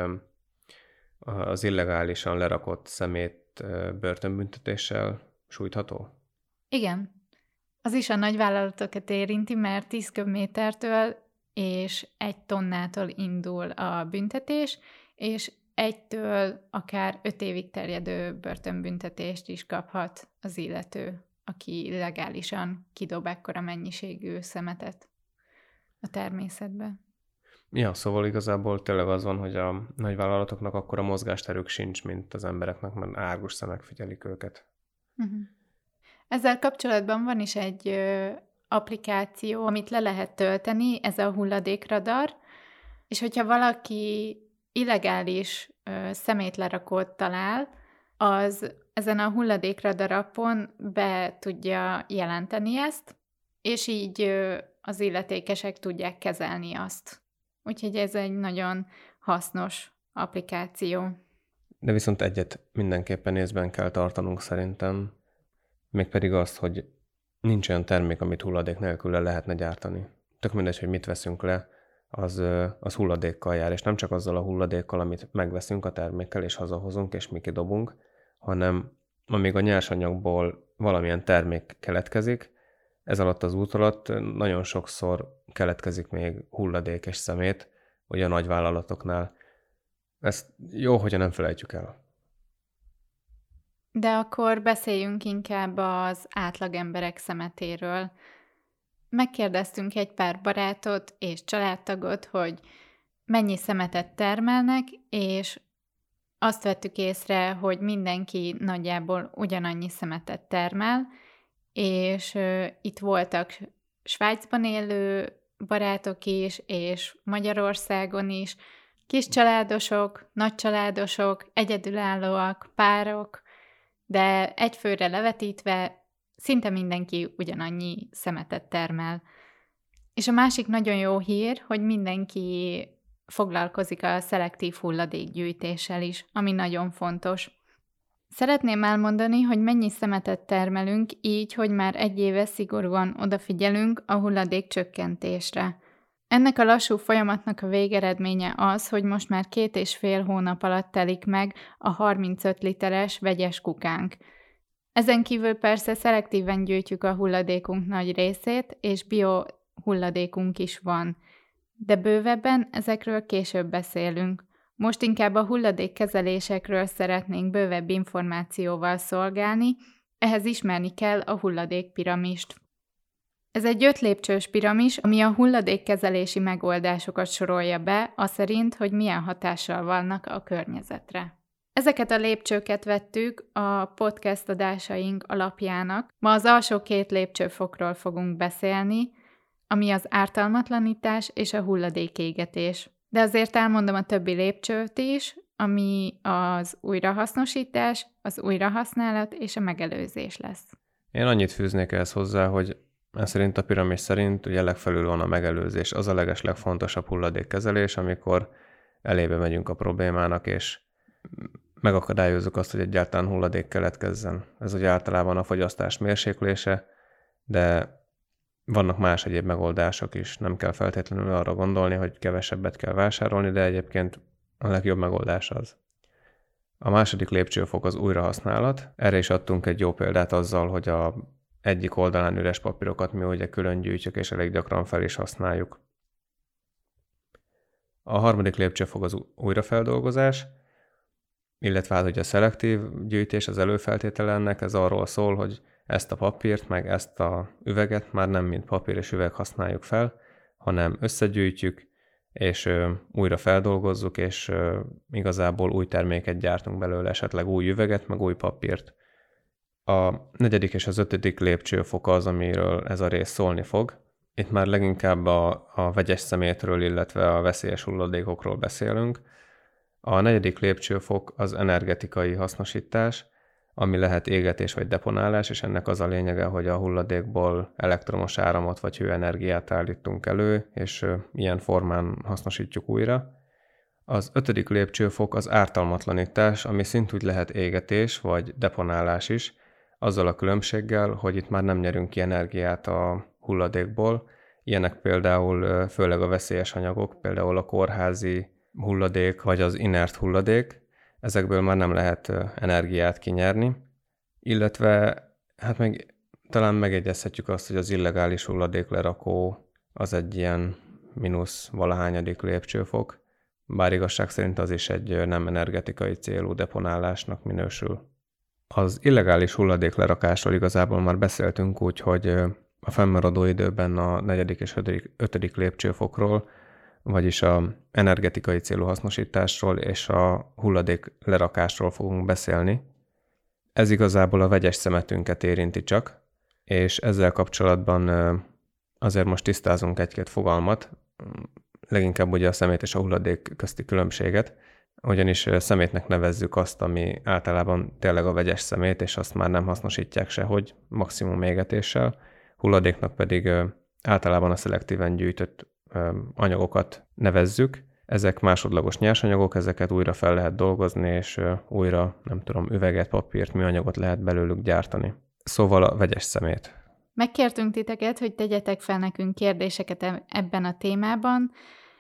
Speaker 2: az illegálisan lerakott szemét börtönbüntetéssel sújtható?
Speaker 1: Igen. Az is a nagyvállalatokat érinti, mert tíz köbmétertől és egy tonnától indul a büntetés, és egytől akár öt évig terjedő börtönbüntetést is kaphat az illető, aki illegálisan kidob ekkora mennyiségű szemetet a természetbe.
Speaker 2: Ja, szóval igazából tényleg az van, hogy a nagyvállalatoknak akkora mozgásterük sincs, mint az embereknek, mert árgus szemek figyelik őket.
Speaker 1: Uh-huh. Ezzel kapcsolatban van is egy ö, applikáció, amit le lehet tölteni, ez a hulladékradar, és hogyha valaki illegális ö, szemétlerakót talál, az ezen a hulladékradar appon be tudja jelenteni ezt, és így ö, az illetékesek tudják kezelni azt. Úgyhogy ez egy nagyon hasznos applikáció.
Speaker 2: De viszont egyet mindenképpen észben kell tartanunk szerintem, mégpedig azt, hogy nincs olyan termék, amit hulladék nélkül le lehetne gyártani. Tök mindegy, hogy mit veszünk le, az, az hulladékkal jár, és nem csak azzal a hulladékkal, amit megveszünk a termékkel, és hazahozunk, és mi kidobunk, hanem amíg a nyersanyagból valamilyen termék keletkezik, ez alatt az út alatt nagyon sokszor keletkezik még hulladék és szemét, ugye a nagyvállalatoknál. Ezt jó, hogyha nem felejtjük el.
Speaker 1: De akkor beszéljünk inkább az átlagemberek szemetéről. Megkérdeztünk egy pár barátot és családtagot, hogy mennyi szemetet termelnek, és azt vettük észre, hogy mindenki nagyjából ugyanannyi szemetet termel, és uh, itt voltak Svájcban élő barátok is, és Magyarországon is, kis családosok, nagy családosok, egyedülállóak, párok, de egyfőre levetítve szinte mindenki ugyanannyi szemetet termel. És a másik nagyon jó hír, hogy mindenki foglalkozik a szelektív hulladékgyűjtéssel is, ami nagyon fontos. Szeretném elmondani, hogy mennyi szemetet termelünk, így, hogy már egy éve szigorúan odafigyelünk a hulladék csökkentésre. Ennek a lassú folyamatnak a végeredménye az, hogy most már két és fél hónap alatt telik meg a harmincöt literes vegyes kukánk. Ezen kívül persze szelektíven gyűjtjük a hulladékunk nagy részét, és bio hulladékunk is van. De bővebben ezekről később beszélünk. Most inkább a hulladékkezelésekről szeretnénk bővebb információval szolgálni, ehhez ismerni kell a hulladékpiramist. Ez egy öt lépcsős piramis, ami a hulladékkezelési megoldásokat sorolja be, aszerint, hogy milyen hatással vannak a környezetre. Ezeket a lépcsőket vettük a podcast adásaink alapjának. Ma az alsó két lépcsőfokról fogunk beszélni, ami az ártalmatlanítás és a hulladékégetés. De azért elmondom a többi lépcsőt is, ami az újrahasznosítás, az újrahasználat és a megelőzés lesz.
Speaker 2: Én annyit fűznék ehhez hozzá, hogy ez szerint a piramis szerint ugye legfelül van a megelőzés, az a leges legfontosabb hulladékkezelés, amikor elébe megyünk a problémának, és megakadályozzuk azt, hogy egyáltalán hulladék keletkezzen. Ez ugye általában a fogyasztás mérséklése, de vannak más egyéb megoldások is. Nem kell feltétlenül arra gondolni, hogy kevesebbet kell vásárolni, de egyébként a legjobb megoldás az. A második lépcsőfok az újrahasználat. Erre is adtunk egy jó példát azzal, hogy a egyik oldalán üres papírokat mi ugye külön gyűjtjük, és elég gyakran fel is használjuk. A harmadik lépcsőfok az újrafeldolgozás, illetve hát ugye a szelektív gyűjtés az előfeltétele ennek, ez arról szól, hogy ezt a papírt, meg ezt a üveget már nem mint papír és üveg használjuk fel, hanem összegyűjtjük, és újra feldolgozzuk, és igazából új terméket gyártunk belőle, esetleg új üveget, meg új papírt. A negyedik és az ötödik lépcsőfok az, amiről ez a rész szólni fog. Itt már leginkább a, a vegyes szemétről, illetve a veszélyes hulladékokról beszélünk. A negyedik lépcsőfok az energetikai hasznosítás, ami lehet égetés vagy deponálás, és ennek az a lényege, hogy a hulladékból elektromos áramot vagy hőenergiát állítunk elő, és ilyen formán hasznosítjuk újra. Az ötödik lépcsőfok az ártalmatlanítás, ami szintúgy lehet égetés vagy deponálás is, azzal a különbséggel, hogy itt már nem nyerünk ki energiát a hulladékból. Ilyenek például főleg a veszélyes anyagok, például a kórházi hulladék vagy az inert hulladék, ezekből már nem lehet energiát kinyerni, illetve hát meg talán megegyezhetjük azt, hogy az illegális hulladéklerakó az egy ilyen mínusz valahányadik lépcsőfok, bár igazság szerint az is egy nem energetikai célú deponálásnak minősül. Az illegális hulladéklerakásról igazából már beszéltünk úgy, hogy a fennmaradó időben a negyedik és ötödik, ötödik lépcsőfokról, vagyis a energetikai célú hasznosításról és a hulladék lerakásról fogunk beszélni. Ez igazából a vegyes szemetünket érinti csak, és ezzel kapcsolatban azért most tisztázunk egy-két fogalmat, leginkább ugye a szemét és a hulladék közti különbséget, ugyanis szemétnek nevezzük azt, ami általában tényleg a vegyes szemét, és azt már nem hasznosítják sehogy, maximum égetéssel, hulladéknak pedig általában a szelektíven gyűjtött anyagokat nevezzük. Ezek másodlagos nyersanyagok, ezeket újra fel lehet dolgozni, és újra, nem tudom, üveget, papírt, műanyagot lehet belőlük gyártani. Szóval a vegyes szemét.
Speaker 1: Megkértünk titeket, hogy tegyetek fel nekünk kérdéseket ebben a témában,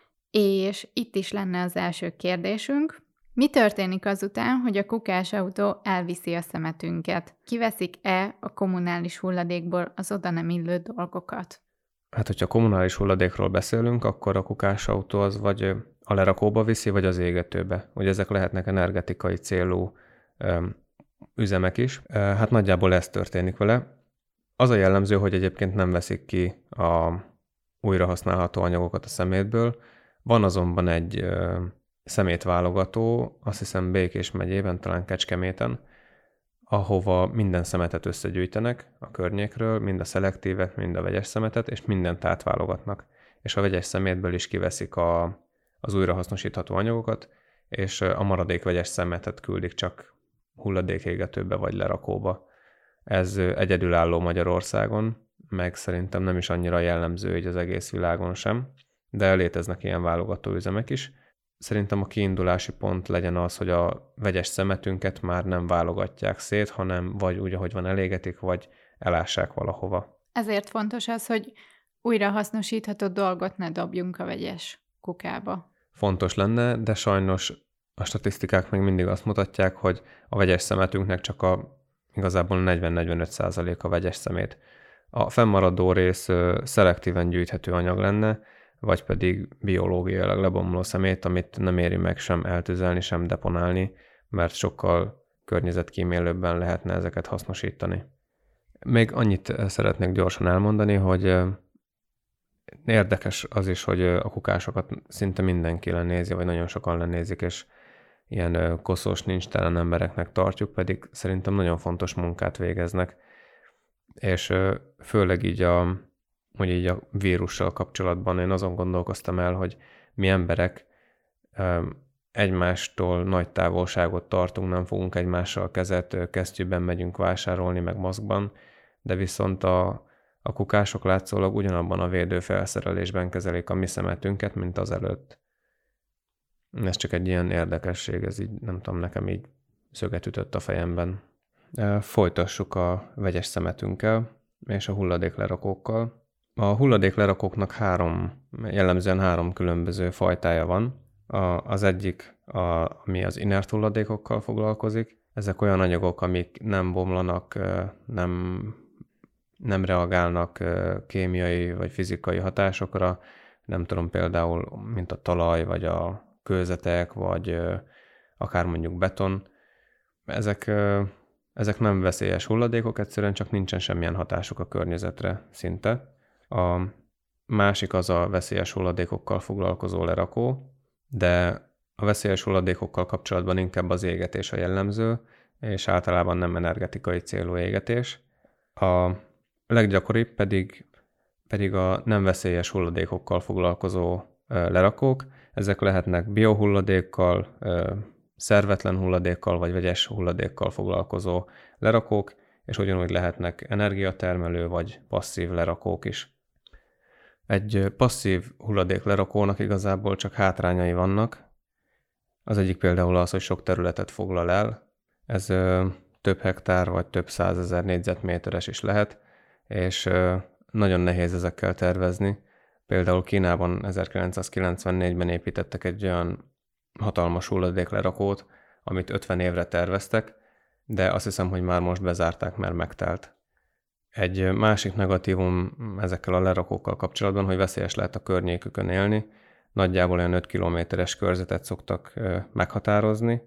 Speaker 1: és itt is lenne az első kérdésünk. Mi történik azután, hogy a kukásautó elviszi a szemetünket? Kiveszik-e a kommunális hulladékból az oda nem illő dolgokat?
Speaker 2: Hát, hogyha kommunális hulladékról beszélünk, akkor a kukásautó az vagy a lerakóba viszi, vagy az égetőbe. Ugye ezek lehetnek energetikai célú öm, üzemek is. Hát nagyjából ez történik vele. Az a jellemző, hogy egyébként nem veszik ki a újrahasználható anyagokat a szemétből. Van azonban egy ö, szemétválogató, azt hiszem Békés megyében, talán Kecskeméten, ahova minden szemetet összegyűjtenek a környékről, mind a szelektívet, mind a vegyes szemetet, és mindent átválogatnak. És a vegyes szemétből is kiveszik a, az újrahasznosítható anyagokat, és a maradék vegyes szemetet küldik csak hulladékégetőbe vagy lerakóba. Ez egyedülálló Magyarországon, meg szerintem nem is annyira jellemző így az egész világon sem, de léteznek ilyen válogató üzemek is. Szerintem a kiindulási pont legyen az, hogy a vegyes szemetünket már nem válogatják szét, hanem vagy úgy, ahogy van, elégetik, vagy elássák valahova.
Speaker 1: Ezért fontos az, hogy újra hasznosítható dolgot ne dobjunk a vegyes kukába.
Speaker 2: Fontos lenne, de sajnos a statisztikák még mindig azt mutatják, hogy a vegyes szemetünknek csak a igazából negyven-negyvenöt százalék a vegyes szemét. A fennmaradó rész szelektíven gyűjthető anyag lenne, vagy pedig biológiailag lebomló szemét, amit nem éri meg sem eltüzelni, sem deponálni, mert sokkal környezetkímélőbben lehetne ezeket hasznosítani. Még annyit szeretnék gyorsan elmondani, hogy érdekes az is, hogy a kukásokat szinte mindenki lenézi, vagy nagyon sokan lenézik, és ilyen koszos, nincs telen embereknek tartjuk, pedig szerintem nagyon fontos munkát végeznek. És főleg így a hogy így a vírussal kapcsolatban én azon gondolkoztam el, hogy mi emberek egymástól nagy távolságot tartunk, nem fogunk egymással kezet, kesztyűben megyünk vásárolni, meg maszkban, de viszont a, a kukások látszólag ugyanabban a védőfelszerelésben kezelik a mi szemetünket, mint az előtt. Ez csak egy ilyen érdekesség, ez így nem tudom, nekem így szöget ütött a fejemben. Folytassuk a vegyes szemetünkkel. és a hulladéklerakókkal. A hulladéklerakóknak három, jellemzően három különböző fajtája van. A, az egyik, a, ami az inert hulladékokkal foglalkozik. Ezek olyan anyagok, amik nem bomlanak, nem, nem reagálnak kémiai vagy fizikai hatásokra, nem tudom, például, mint a talaj, vagy a kőzetek, vagy akár mondjuk beton. Ezek, ezek nem veszélyes hulladékok, egyszerűen csak nincsen semmilyen hatásuk a környezetre szinte. A másik az a veszélyes hulladékokkal foglalkozó lerakó, de a veszélyes hulladékokkal kapcsolatban inkább az égetés a jellemző, és általában nem energetikai célú égetés. A leggyakoribb pedig, pedig a nem veszélyes hulladékokkal foglalkozó lerakók. Ezek lehetnek biohulladékkal, szervetlen hulladékkal vagy vegyes hulladékkal foglalkozó lerakók, és ugyanúgy lehetnek energiatermelő vagy passzív lerakók is. Egy passzív hulladék lerakónak igazából csak hátrányai vannak. Az egyik például az, hogy sok területet foglal el. Ez több hektár vagy több százezer négyzetméteres is lehet, és nagyon nehéz ezekkel tervezni. Például Kínában ezerkilencszázkilencvennégyben építettek egy olyan hatalmas hulladéklerakót, amit ötven évre terveztek, de azt hiszem, hogy már most bezárták, mert megtelt. Egy másik negatívum ezekkel a lerakókkal kapcsolatban, hogy veszélyes lehet a környékükön élni. Nagyjából olyan öt kilométeres körzetet szoktak meghatározni,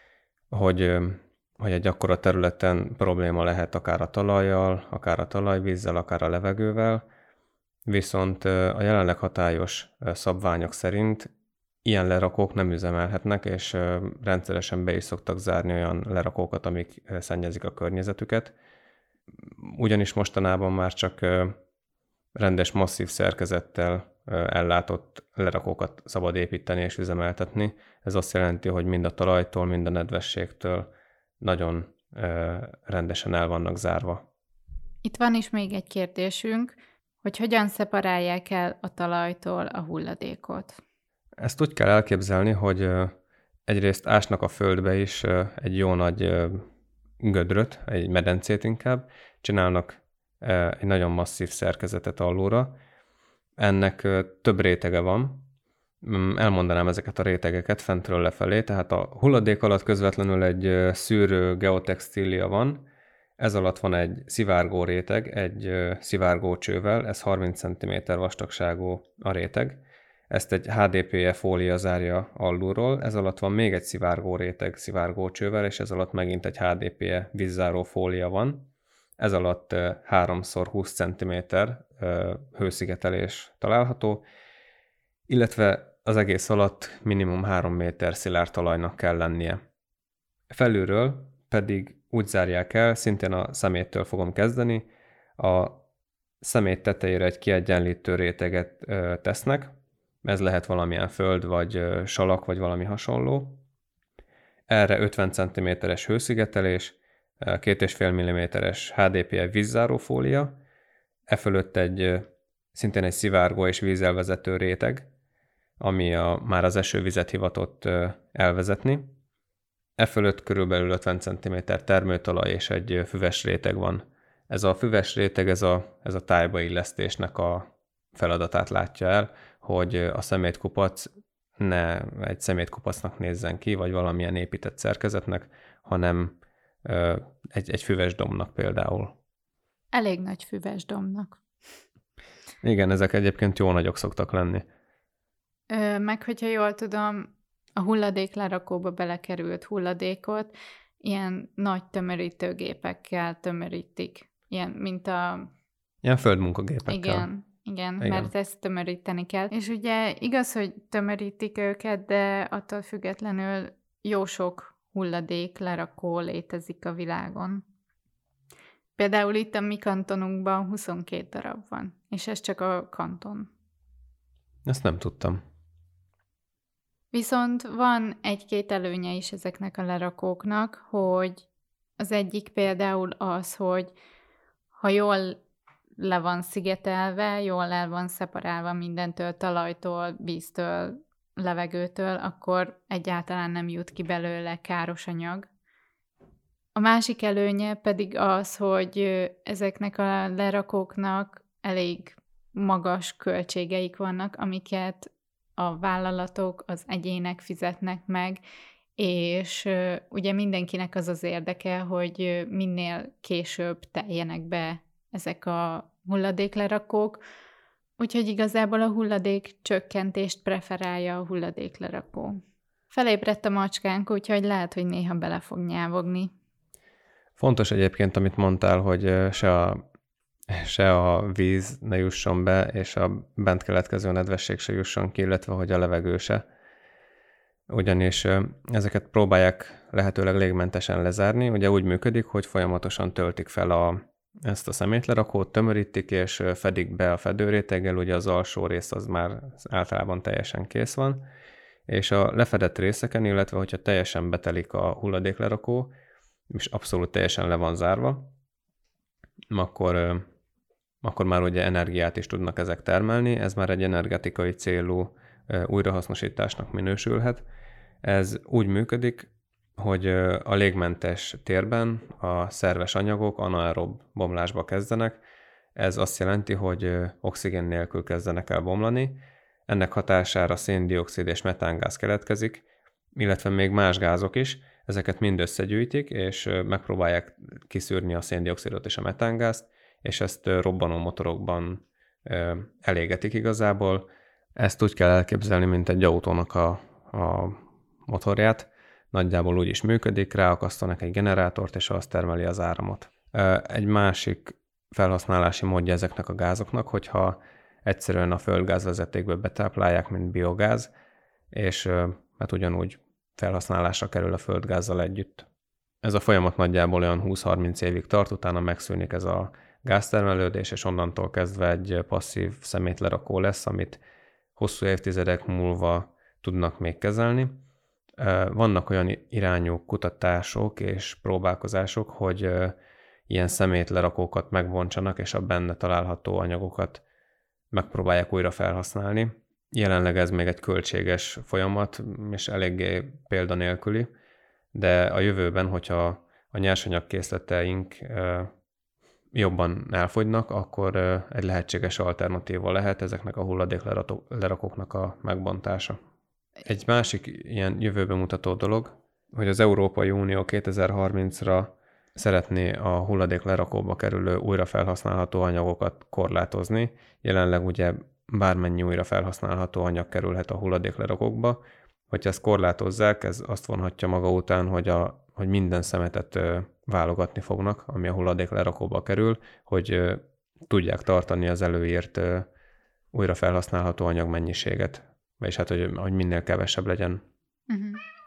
Speaker 2: hogy, hogy egy akkora területen probléma lehet akár a talajjal, akár a talajvízzel, akár a levegővel, viszont a jelenleg hatályos szabványok szerint ilyen lerakók nem üzemelhetnek, és rendszeresen be is szoktak zárni olyan lerakókat, amik szennyezik a környezetüket. Ugyanis mostanában már csak rendes, masszív szerkezettel ellátott lerakókat szabad építeni és üzemeltetni. Ez azt jelenti, hogy mind a talajtól, mind a nedvességtől nagyon rendesen el vannak zárva.
Speaker 1: Itt van is még egy kérdésünk, hogy hogyan szeparálják el a talajtól a hulladékot.
Speaker 2: Ezt úgy kell elképzelni, hogy egyrészt ásnak a földbe is egy jó nagy gödröt, egy medencét inkább, csinálnak egy nagyon masszív szerkezetet alulra. Ennek több rétege van. Elmondanám ezeket a rétegeket fentről lefelé, tehát a hulladék alatt közvetlenül egy szűrő geotextília van, ez alatt van egy szivárgó réteg, egy szivárgó csővel, ez harminc centiméter vastagságú a réteg. Ezt egy há dé pé é fólia zárja alulról, ez alatt van még egy szivárgó réteg szivárgó csővel, és ez alatt megint egy há dé pé é vízzáró fólia van. Ez alatt három szor húsz centiméter hőszigetelés található, illetve az egész alatt minimum három méter szilárd talajnak kell lennie. Felülről pedig úgy zárják el, szintén a szeméttől fogom kezdeni, a szemét tetejére egy kiegyenlítő réteget tesznek, ez lehet valamilyen föld, vagy salak, vagy valami hasonló. Erre ötven centiméteres hőszigetelés, két egész öt milliméteres há dé pé é vízzárófólia, e fölött egy, szintén egy szivárgó és vízelvezető réteg, ami a, már az esővizet hivatott elvezetni. E fölött körülbelül ötven centiméter termőtalaj és egy füves réteg van. Ez a füves réteg, ez a, ez a tájba illesztésnek a feladatát látja el, hogy a szemétkupac ne egy szemétkupacnak nézzen ki, vagy valamilyen épített szerkezetnek, hanem egy, egy füves dombnak például.
Speaker 1: Elég nagy füves dombnak.
Speaker 2: Igen, ezek egyébként jó nagyok szoktak lenni.
Speaker 1: Ö, meg hogyha jól tudom, a hulladéklerakóba belekerült hulladékot ilyen nagy tömörítőgépekkel tömörítik. Ilyen, mint a...
Speaker 2: Ilyen földmunkagépekkel.
Speaker 1: Igen, igen,
Speaker 2: igen,
Speaker 1: mert ezt tömöríteni kell. És ugye igaz, hogy tömörítik őket, de attól függetlenül jó sok hulladék lerakó létezik a világon. Például itt a mi kantonunkban huszonkét darab van, és ez csak a kanton.
Speaker 2: Ezt nem tudtam.
Speaker 1: Viszont van egy-két előnye is ezeknek a lerakóknak, hogy az egyik például az, hogy ha jól le van szigetelve, jól el van szeparálva mindentől, talajtól, víztől, levegőtől, akkor egyáltalán nem jut ki belőle káros anyag. A másik előnye pedig az, hogy ezeknek a lerakóknak elég magas költségeik vannak, amiket a vállalatok, az egyének fizetnek meg, és ugye mindenkinek az az érdeke, hogy minél később teljenek be ezek a hulladéklerakók, úgyhogy igazából a hulladék csökkentést preferálja a hulladéklerakó. Felébredt a macskánk, úgyhogy lehet, hogy néha bele fog nyávogni.
Speaker 2: Fontos egyébként, amit mondtál, hogy se a, se a víz ne jusson be, és a bent keletkező nedvesség se jusson ki, illetve hogy a levegő se. Ugyanis ezeket próbálják lehetőleg légmentesen lezárni. Ugye úgy működik, hogy folyamatosan töltik fel a, ezt a szemétlerakót, tömörítik és fedik be a fedőréteggel, ugye az alsó rész az már általában teljesen kész van, és a lefedett részeken, illetve hogyha teljesen betelik a hulladéklerakó, és abszolút teljesen le van zárva, akkor, akkor már ugye energiát is tudnak ezek termelni, ez már egy energetikai célú újrahasznosításnak minősülhet. Ez úgy működik, hogy a légmentes térben a szerves anyagok anaerob bomlásba kezdenek. Ez azt jelenti, hogy oxigén nélkül kezdenek el bomlani. Ennek hatására szén-dioxid és metángáz keletkezik, illetve még más gázok is. Ezeket mind összegyűjtik, és megpróbálják kiszűrni a szén-dioxidot és a metángázt, és ezt robbanó motorokban elégetik igazából. Ezt úgy kell elképzelni, mint egy autónak a, a motorját. Nagyjából úgy is működik, ráakasztanak egy generátort, és az termeli az áramot. Egy másik felhasználási módja ezeknek a gázoknak, hogyha egyszerűen a földgázvezetékbe betáplálják, mint biogáz, és hát ugyanúgy felhasználásra kerül a földgázzal együtt. Ez a folyamat nagyjából olyan húsz-harminc évig tart, utána megszűnik ez a gáztermelődés, és onnantól kezdve egy passzív szemétlerakó lesz, amit hosszú évtizedek múlva tudnak még kezelni. Vannak olyan irányú kutatások és próbálkozások, hogy ilyen szemétlerakókat megbontsanak, és a benne található anyagokat megpróbálják újra felhasználni. Jelenleg ez még egy költséges folyamat, és eléggé példanélküli, de a jövőben, hogyha a nyersanyagkészleteink jobban elfogynak, akkor egy lehetséges alternatíva lehet ezeknek a hulladéklerakóknak a megbontása. Egy másik ilyen jövőbe mutató dolog, hogy az Európai Unió kétezer-harmincra szeretné a hulladéklerakóba kerülő újrafelhasználható anyagokat korlátozni. Jelenleg ugye bármennyi újra felhasználható anyag kerülhet a hulladéklerakókba. Hogyha ezt korlátozzák, ez azt vonhatja maga után, hogy, a, hogy minden szemetet ö, válogatni fognak, ami a hulladéklerakóba kerül, hogy ö, tudják tartani az előírt ö, újra felhasználható anyag mennyiséget. Vagyis hát, hogy, hogy minél kevesebb legyen. Uh-huh.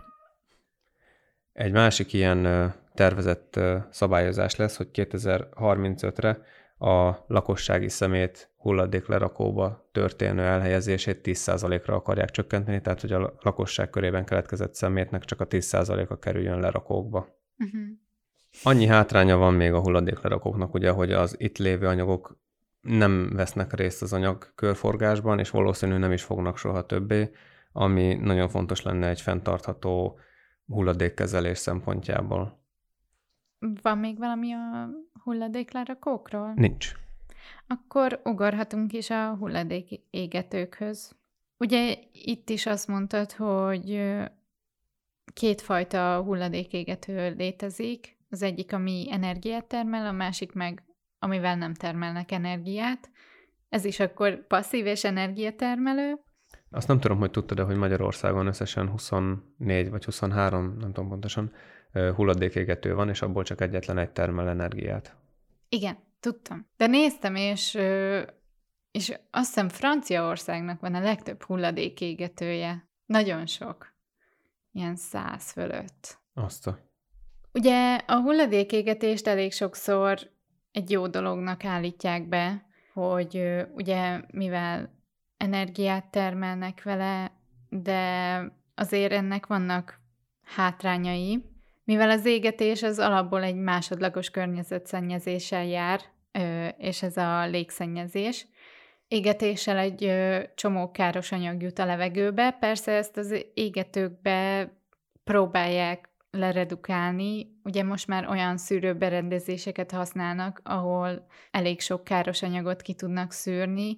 Speaker 2: Egy másik ilyen ö, tervezett ö, szabályozás lesz, hogy kétezer-harmincötre a lakossági szemét hulladéklerakóba történő elhelyezését tíz százalékra akarják csökkenteni, tehát hogy a lakosság körében keletkezett szemétnek csak a tíz százaléka kerüljön lerakókba. Uh-huh. Annyi hátránya van még a hulladéklerakóknak, ugye, hogy az itt lévő anyagok nem vesznek részt az anyag körforgásban, és valószínűleg nem is fognak soha többé, ami nagyon fontos lenne egy fenntartható hulladékkezelés szempontjából.
Speaker 1: Van még valami a hulladéklerakókról?
Speaker 2: Nincs.
Speaker 1: Akkor ugorhatunk is a hulladékégetőkhöz. Ugye itt is azt mondtad, hogy kétfajta hulladékégető létezik. Az egyik, ami energiát termel, a másik meg, amivel nem termelnek energiát. Ez is akkor passzív és energiatermelő.
Speaker 2: Azt nem tudom, hogy tudtad, de hogy Magyarországon összesen huszonnégy vagy huszonhárom, nem tudom pontosan, hulladékégető van, és abból csak egyetlen egy termel energiát.
Speaker 1: Igen, tudtam. De néztem, és, és azt hiszem Franciaországnak van a legtöbb hulladékégetője. Nagyon sok. Ilyen száz fölött.
Speaker 2: Azt a...
Speaker 1: Ugye a hulladékégetést elég sokszor egy jó dolognak állítják be, hogy ugye mivel energiát termelnek vele, de azért ennek vannak hátrányai, mivel az égetés az alapból egy másodlagos környezetszennyezéssel jár, és ez a légszennyezés. Égetéssel egy csomó káros anyag jut a levegőbe, persze ezt az égetőkbe próbálják leredukálni. Ugye most már olyan szűrőberendezéseket használnak, ahol elég sok káros anyagot ki tudnak szűrni,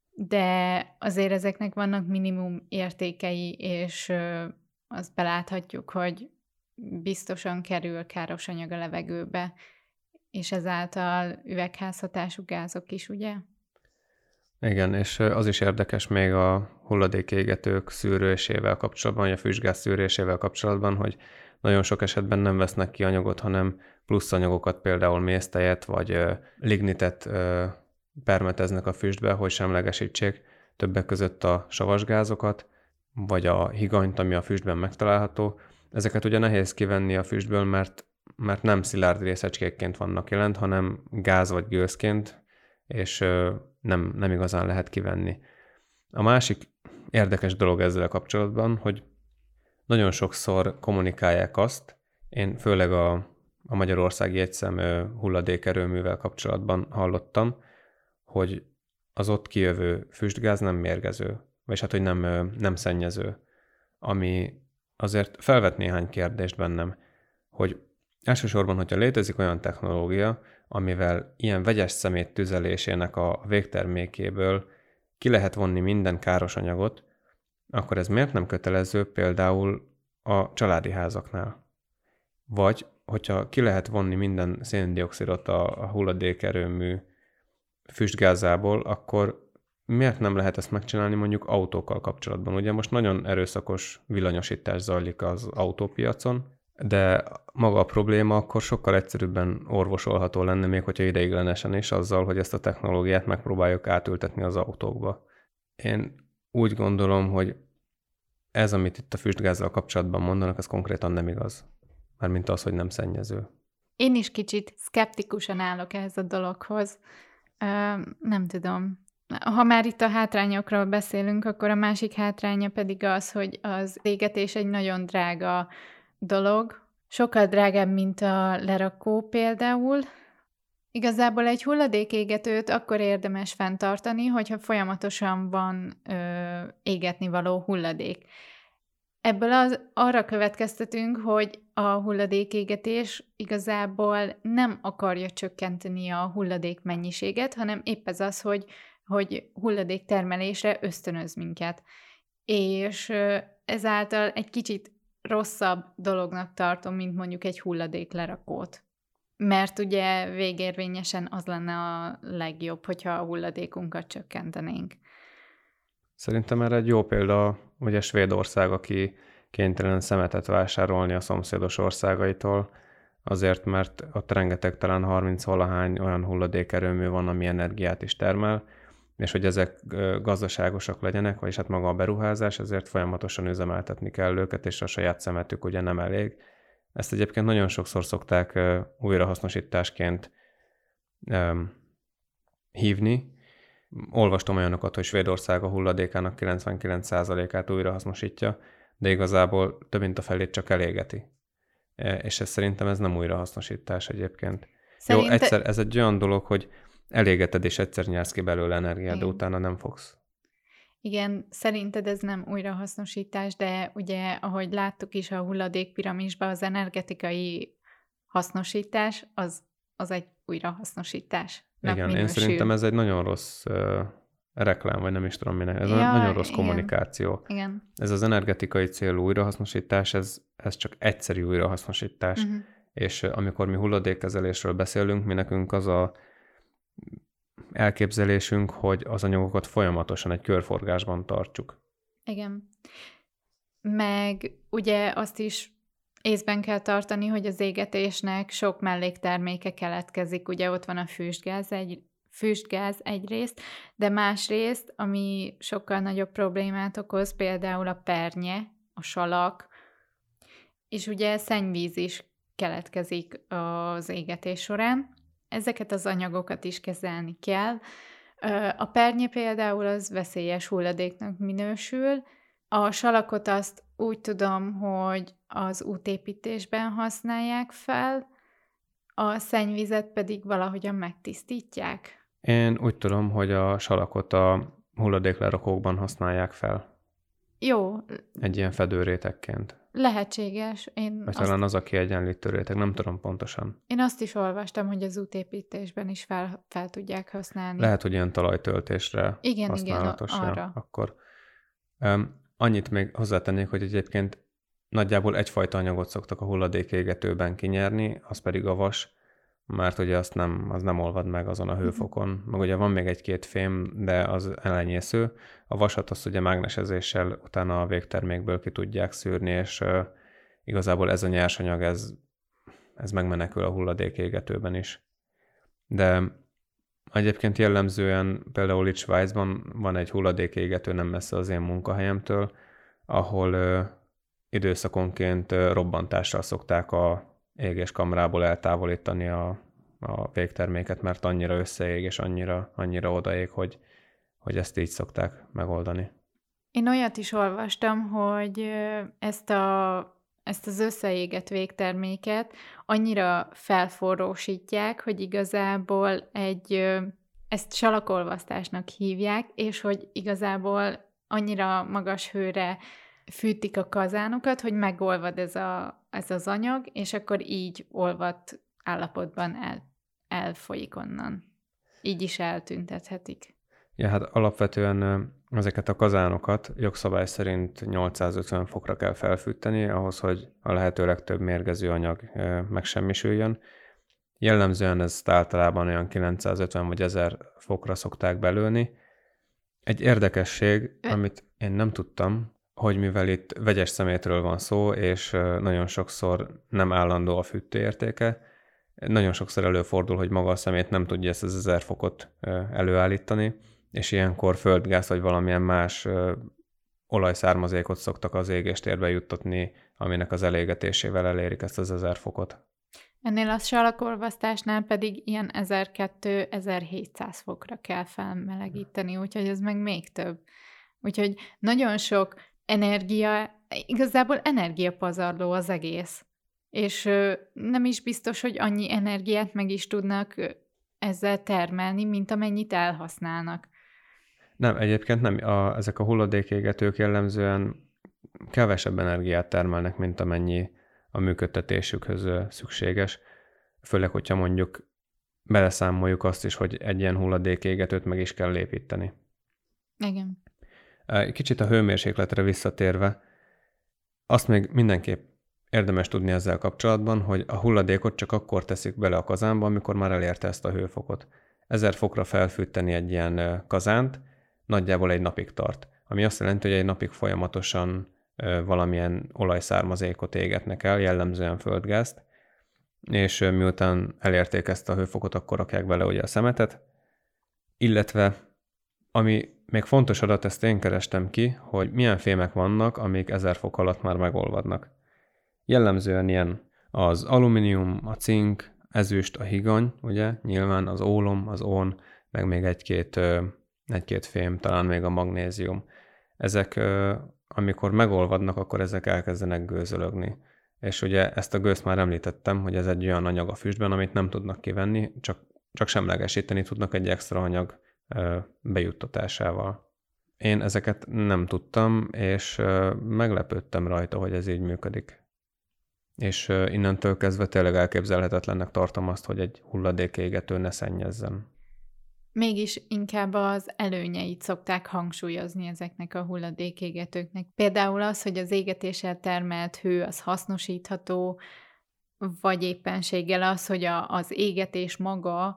Speaker 1: de azért ezeknek vannak minimum értékei, és azt beláthatjuk, hogy biztosan kerül káros anyag a levegőbe, és ezáltal üvegházhatású gázok is, ugye?
Speaker 2: Igen, és az is érdekes még a hulladékégetők szűrésével kapcsolatban, vagy a füstgáz szűrésével kapcsolatban, hogy nagyon sok esetben nem vesznek ki anyagot, hanem plusz anyagokat, például méztejet vagy lignitet permeteznek a füstbe, hogy semlegesítsék többek között a savasgázokat, vagy a higanyt, ami a füstben megtalálható. Ezeket ugye nehéz kivenni a füstből, mert, mert nem szilárd részecskékként vannak jelent, hanem gáz vagy gőzként, és nem, nem igazán lehet kivenni. A másik érdekes dolog ezzel kapcsolatban, hogy nagyon sokszor kommunikálják azt, én főleg a, a Magyarországi Egyszem hulladékerőművel kapcsolatban hallottam, hogy az ott kijövő füstgáz nem mérgező, vagyis hát, hogy nem, nem szennyező, ami azért felvet néhány kérdést bennem, hogy elsősorban, hogyha létezik olyan technológia, amivel ilyen vegyes szemét tüzelésének a végtermékéből ki lehet vonni minden káros anyagot, akkor ez miért nem kötelező például a családi házaknál? Vagy, hogyha ki lehet vonni minden széndioxidot a, a hulladékerőmű füstgázából, akkor miért nem lehet ezt megcsinálni mondjuk autókkal kapcsolatban? Ugye most nagyon erőszakos villanyosítás zajlik az autópiacon, de maga a probléma akkor sokkal egyszerűbben orvosolható lenne, még hogyha ideiglenesen is, azzal, hogy ezt a technológiát megpróbáljuk átültetni az autókba. Én úgy gondolom, hogy ez, amit itt a füstgázzal kapcsolatban mondanak, az konkrétan nem igaz. Mármint az, hogy nem szennyező.
Speaker 1: Én is kicsit szkeptikusan állok ehhez a dologhoz. Ö, nem tudom. Ha már itt a hátrányokról beszélünk, akkor a másik hátránya pedig az, hogy az égetés egy nagyon drága dolog. Sokkal drágább, mint a lerakó például. Igazából egy hulladékégetőt akkor érdemes fenntartani, hogyha folyamatosan van ö, égetni való hulladék. Ebből az, arra következtetünk, hogy a hulladékégetés igazából nem akarja csökkenteni a hulladék mennyiséget, hanem épp ez az, hogy, hogy hulladék termelésre ösztönöz minket. És ö, ezáltal egy kicsit rosszabb dolognak tartom, mint mondjuk egy hulladéklerakót. Mert ugye végérvényesen az lenne a legjobb, hogyha a hulladékunkat csökkentenénk.
Speaker 2: Szerintem erre egy jó példa, ugye Svédország, aki kénytelen szemetet vásárolni a szomszédos országaitól, azért, mert ott rengeteg, talán harminc-valahány olyan hulladékerőmű van, ami energiát is termel, és hogy ezek gazdaságosak legyenek, vagyis hát maga a beruházás, ezért folyamatosan üzemeltetni kell őket, és a saját szemetük ugye nem elég. Ezt egyébként nagyon sokszor szokták újrahasznosításként um, hívni. Olvastam olyanokat, hogy Svédország a hulladékának kilencvenkilenc százalékát újrahasznosítja, de igazából több mint a felét csak elégeti. És ez szerintem ez nem újrahasznosítás egyébként. Szerinte... Jó, egyszer, ez egy olyan dolog, hogy elégeted, és egyszer nyersz ki belőle energiát, de utána nem fogsz.
Speaker 1: Igen, szerinted ez nem újrahasznosítás, de ugye, ahogy láttuk is a hulladékpiramisban, az energetikai hasznosítás, az, az egy újrahasznosítás.
Speaker 2: Igen, minősül. Én szerintem ez egy nagyon rossz uh, reklám, vagy nem is tudom minek, ez
Speaker 1: ja,
Speaker 2: nagyon rossz
Speaker 1: igen.
Speaker 2: kommunikáció.
Speaker 1: Igen.
Speaker 2: Ez az energetikai célú újrahasznosítás, ez, ez csak egyszerű újrahasznosítás. Uh-huh. És uh, amikor mi hulladékkezelésről beszélünk, mi nekünk az a elképzelésünk, hogy az anyagokat folyamatosan egy körforgásban tartsuk.
Speaker 1: Igen. Meg ugye azt is észben kell tartani, hogy az égetésnek sok mellékterméke keletkezik. Ugye ott van a füstgáz, egy, füstgáz egyrészt, de másrészt, ami sokkal nagyobb problémát okoz, például a pernye, a salak, és ugye szennyvíz is keletkezik az égetés során. Ezeket az anyagokat is kezelni kell. A pernye például az veszélyes hulladéknak minősül. A salakot azt úgy tudom, hogy az útépítésben használják fel, a szennyvizet pedig valahogyan megtisztítják.
Speaker 2: Én úgy tudom, hogy a salakot a hulladéklerakókban használják fel.
Speaker 1: Jó.
Speaker 2: Egy ilyen fedőrétegként.
Speaker 1: Lehetséges. Én
Speaker 2: Vagy
Speaker 1: azt,
Speaker 2: talán az a kiegyenlítő réteg, nem tudom pontosan.
Speaker 1: én azt is olvastam, hogy az útépítésben is fel, fel tudják használni.
Speaker 2: Lehet, hogy ilyen talajtöltésre
Speaker 1: Igen,
Speaker 2: használatos.
Speaker 1: igen,
Speaker 2: Ja,
Speaker 1: arra.
Speaker 2: akkor um, annyit még hozzátennék, hogy egyébként nagyjából egyfajta anyagot szoktak a hulladékégetőben kinyerni, az pedig a vas, mert ugye azt nem, az nem olvad meg azon a hőfokon. Uh-huh. Meg ugye van még egy-két fém, de az elenyésző. A vasat azt ugye mágnesezéssel utána a végtermékből ki tudják szűrni, és uh, igazából ez a nyersanyag, ez, ez megmenekül a hulladékégetőben is. De egyébként jellemzően például itt Svájcban van egy hulladékégető nem messze az én munkahelyemtől, ahol uh, időszakonként uh, robbantással szokták a égéskamrából eltávolítani a, a végterméket, mert annyira összeég és annyira, annyira odaég, hogy, hogy ezt így szokták megoldani.
Speaker 1: Én olyat is olvastam, hogy ezt, a, ezt az összeégett végterméket annyira felforrósítják, hogy igazából egy, ezt salakolvasztásnak hívják, és hogy igazából annyira magas hőre fűtik a kazánokat, hogy megolvad ez, a, ez az anyag, és akkor így olvadt állapotban el, elfolyik onnan. Így is eltüntethetik.
Speaker 2: Ja, hát alapvetően ezeket a kazánokat jogszabály szerint nyolcszázötven fokra kell felfűteni, ahhoz, hogy a lehető legtöbb mérgező anyag megsemmisüljön. Jellemzően ezt általában olyan kilencszázötven vagy ezer fokra szokták belőni. Egy érdekesség, amit én nem tudtam, hogy mivel itt vegyes szemétről van szó, és nagyon sokszor nem állandó a fűtőértéke, nagyon sokszor előfordul, hogy maga a szemét nem tudja ezt az ezer fokot előállítani, és ilyenkor földgáz vagy valamilyen más olajszármazékot szoktak az égéstérbe juttatni, aminek az elégetésével elérik ezt az ezer fokot.
Speaker 1: Ennél a salakolvasztásnál pedig ilyen ezerkétszáz-ezerhétszáz fokra kell felmelegíteni, úgyhogy ez meg még több. Úgyhogy nagyon sok energia, igazából energiapazarló az egész. És nem is biztos, hogy annyi energiát meg is tudnak ezzel termelni, mint amennyit elhasználnak.
Speaker 2: Nem, egyébként nem. A, ezek a hulladékégetők jellemzően kevesebb energiát termelnek, mint amennyi a működtetésükhöz szükséges. Főleg, hogyha mondjuk beleszámoljuk azt is, hogy egy ilyen hulladékégetőt meg is kell építeni.
Speaker 1: Igen.
Speaker 2: Kicsit a hőmérsékletre visszatérve, azt még mindenképp érdemes tudni ezzel kapcsolatban, hogy a hulladékot csak akkor teszik bele a kazánba, amikor már elérte ezt a hőfokot. Ezer fokra felfűteni egy ilyen kazánt nagyjából egy napig tart, ami azt jelenti, hogy egy napig folyamatosan valamilyen olajszármazékot égetnek el, jellemzően földgázt, és miután elérték ezt a hőfokot, akkor rakják bele ugye a szemetet, illetve ami még fontos adat, ezt én kerestem ki, hogy milyen fémek vannak, amik ezer fok alatt már megolvadnak. Jellemzően ilyen az alumínium, a cink, ezüst, a higany, ugye, nyilván az ólom, az ón, meg még egy-két, egy-két fém, talán még a magnézium. Ezek, amikor megolvadnak, akkor ezek elkezdenek gőzölögni. És ugye ezt a gőzt már említettem, hogy ez egy olyan anyag a füstben, amit nem tudnak kivenni, csak, csak semlegesíteni tudnak egy extra anyag bejuttatásával. Én ezeket nem tudtam, és meglepődtem rajta, hogy ez így működik. És innentől kezdve tényleg elképzelhetetlennek tartom azt, hogy egy hulladékégető ne szennyezzen.
Speaker 1: Mégis inkább az előnyeit szokták hangsúlyozni ezeknek a hulladékégetőknek. Például az, hogy az égetéssel termelt hő az hasznosítható, vagy éppenséggel az, hogy a, az égetés maga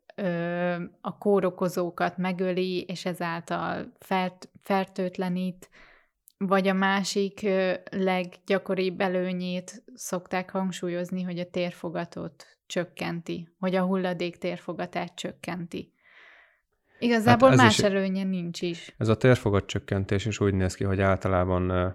Speaker 1: ö, a kórokozókat megöli, és ezáltal fert, fertőtlenít, vagy a másik ö, leggyakoribb előnyét szokták hangsúlyozni, hogy a térfogatot csökkenti, hogy a hulladék térfogatát csökkenti. Igazából hát más is, előnye nincs is.
Speaker 2: Ez a térfogat csökkentés is úgy néz ki, hogy általában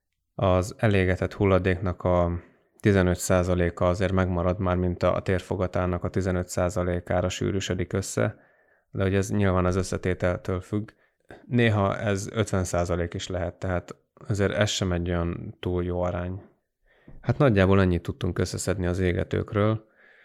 Speaker 2: az elégetett hulladéknak a tizenöt százaléka azért megmarad már, mint a térfogatának a tizenöt százalékára sűrűsödik össze, de hogy ez nyilván az összetételtől függ. Néha ez ötven százalék is lehet, tehát azért ez sem egy olyan túl jó arány. Hát nagyjából ennyit tudtunk összeszedni az égetőkről.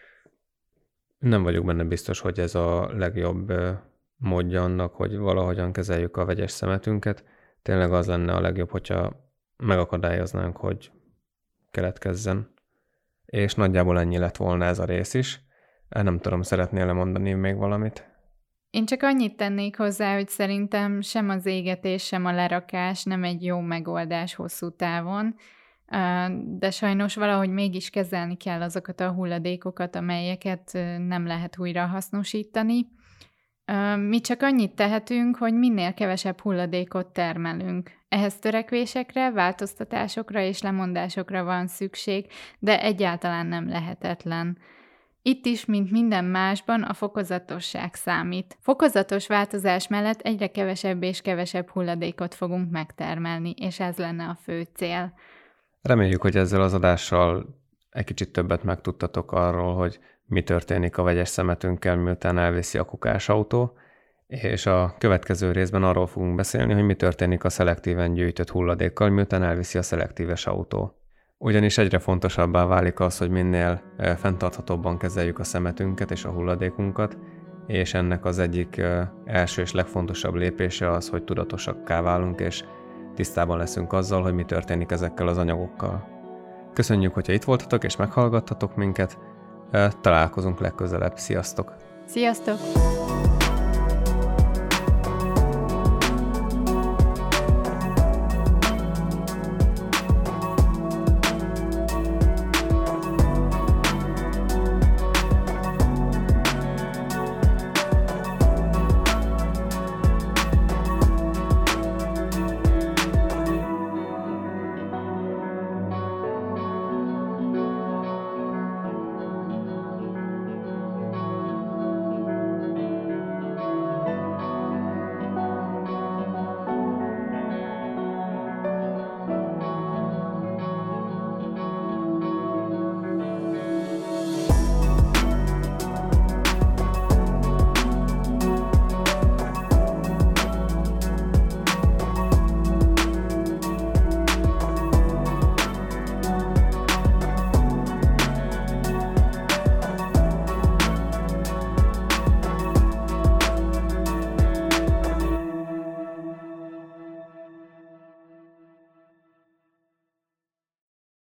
Speaker 2: Nem vagyok benne biztos, hogy ez a legjobb módja annak, hogy valahogyan kezeljük a vegyes szemetünket. tényleg az lenne a legjobb, hogyha megakadályoznánk, hogy keletkezzen. És nagyjából ennyi lett volna ez a rész is. Nem tudom, szeretnél lemondani még valamit?
Speaker 1: Én csak annyit tennék hozzá, hogy szerintem sem az égetés, sem a lerakás nem egy jó megoldás hosszú távon, de sajnos valahogy mégis kezelni kell azokat a hulladékokat, amelyeket nem lehet újra hasznosítani. Mi csak annyit tehetünk, hogy minél kevesebb hulladékot termelünk. Ehhez törekvésekre, változtatásokra és lemondásokra van szükség, de egyáltalán nem lehetetlen. Itt is, mint minden másban, a fokozatosság számít. Fokozatos változás mellett egyre kevesebb és kevesebb hulladékot fogunk megtermelni, és ez lenne a fő cél.
Speaker 2: Reméljük, hogy ezzel az adással egy kicsit többet megtudtatok arról, hogy mi történik a vegyes szemetünkkel, miután elviszi a kukásautó, és a következő részben arról fogunk beszélni, hogy mi történik a szelektíven gyűjtött hulladékkal, miután elviszi a szelektíves autó. Ugyanis egyre fontosabbá válik az, hogy minél fenntarthatóbban kezeljük a szemetünket és a hulladékunkat, és ennek az egyik első és legfontosabb lépése az, hogy tudatosakká válunk, és tisztában leszünk azzal, hogy mi történik ezekkel az anyagokkal. Köszönjük, hogyha itt voltatok és meghallgattatok minket, találkozunk legközelebb. Sziasztok!
Speaker 1: Sziasztok!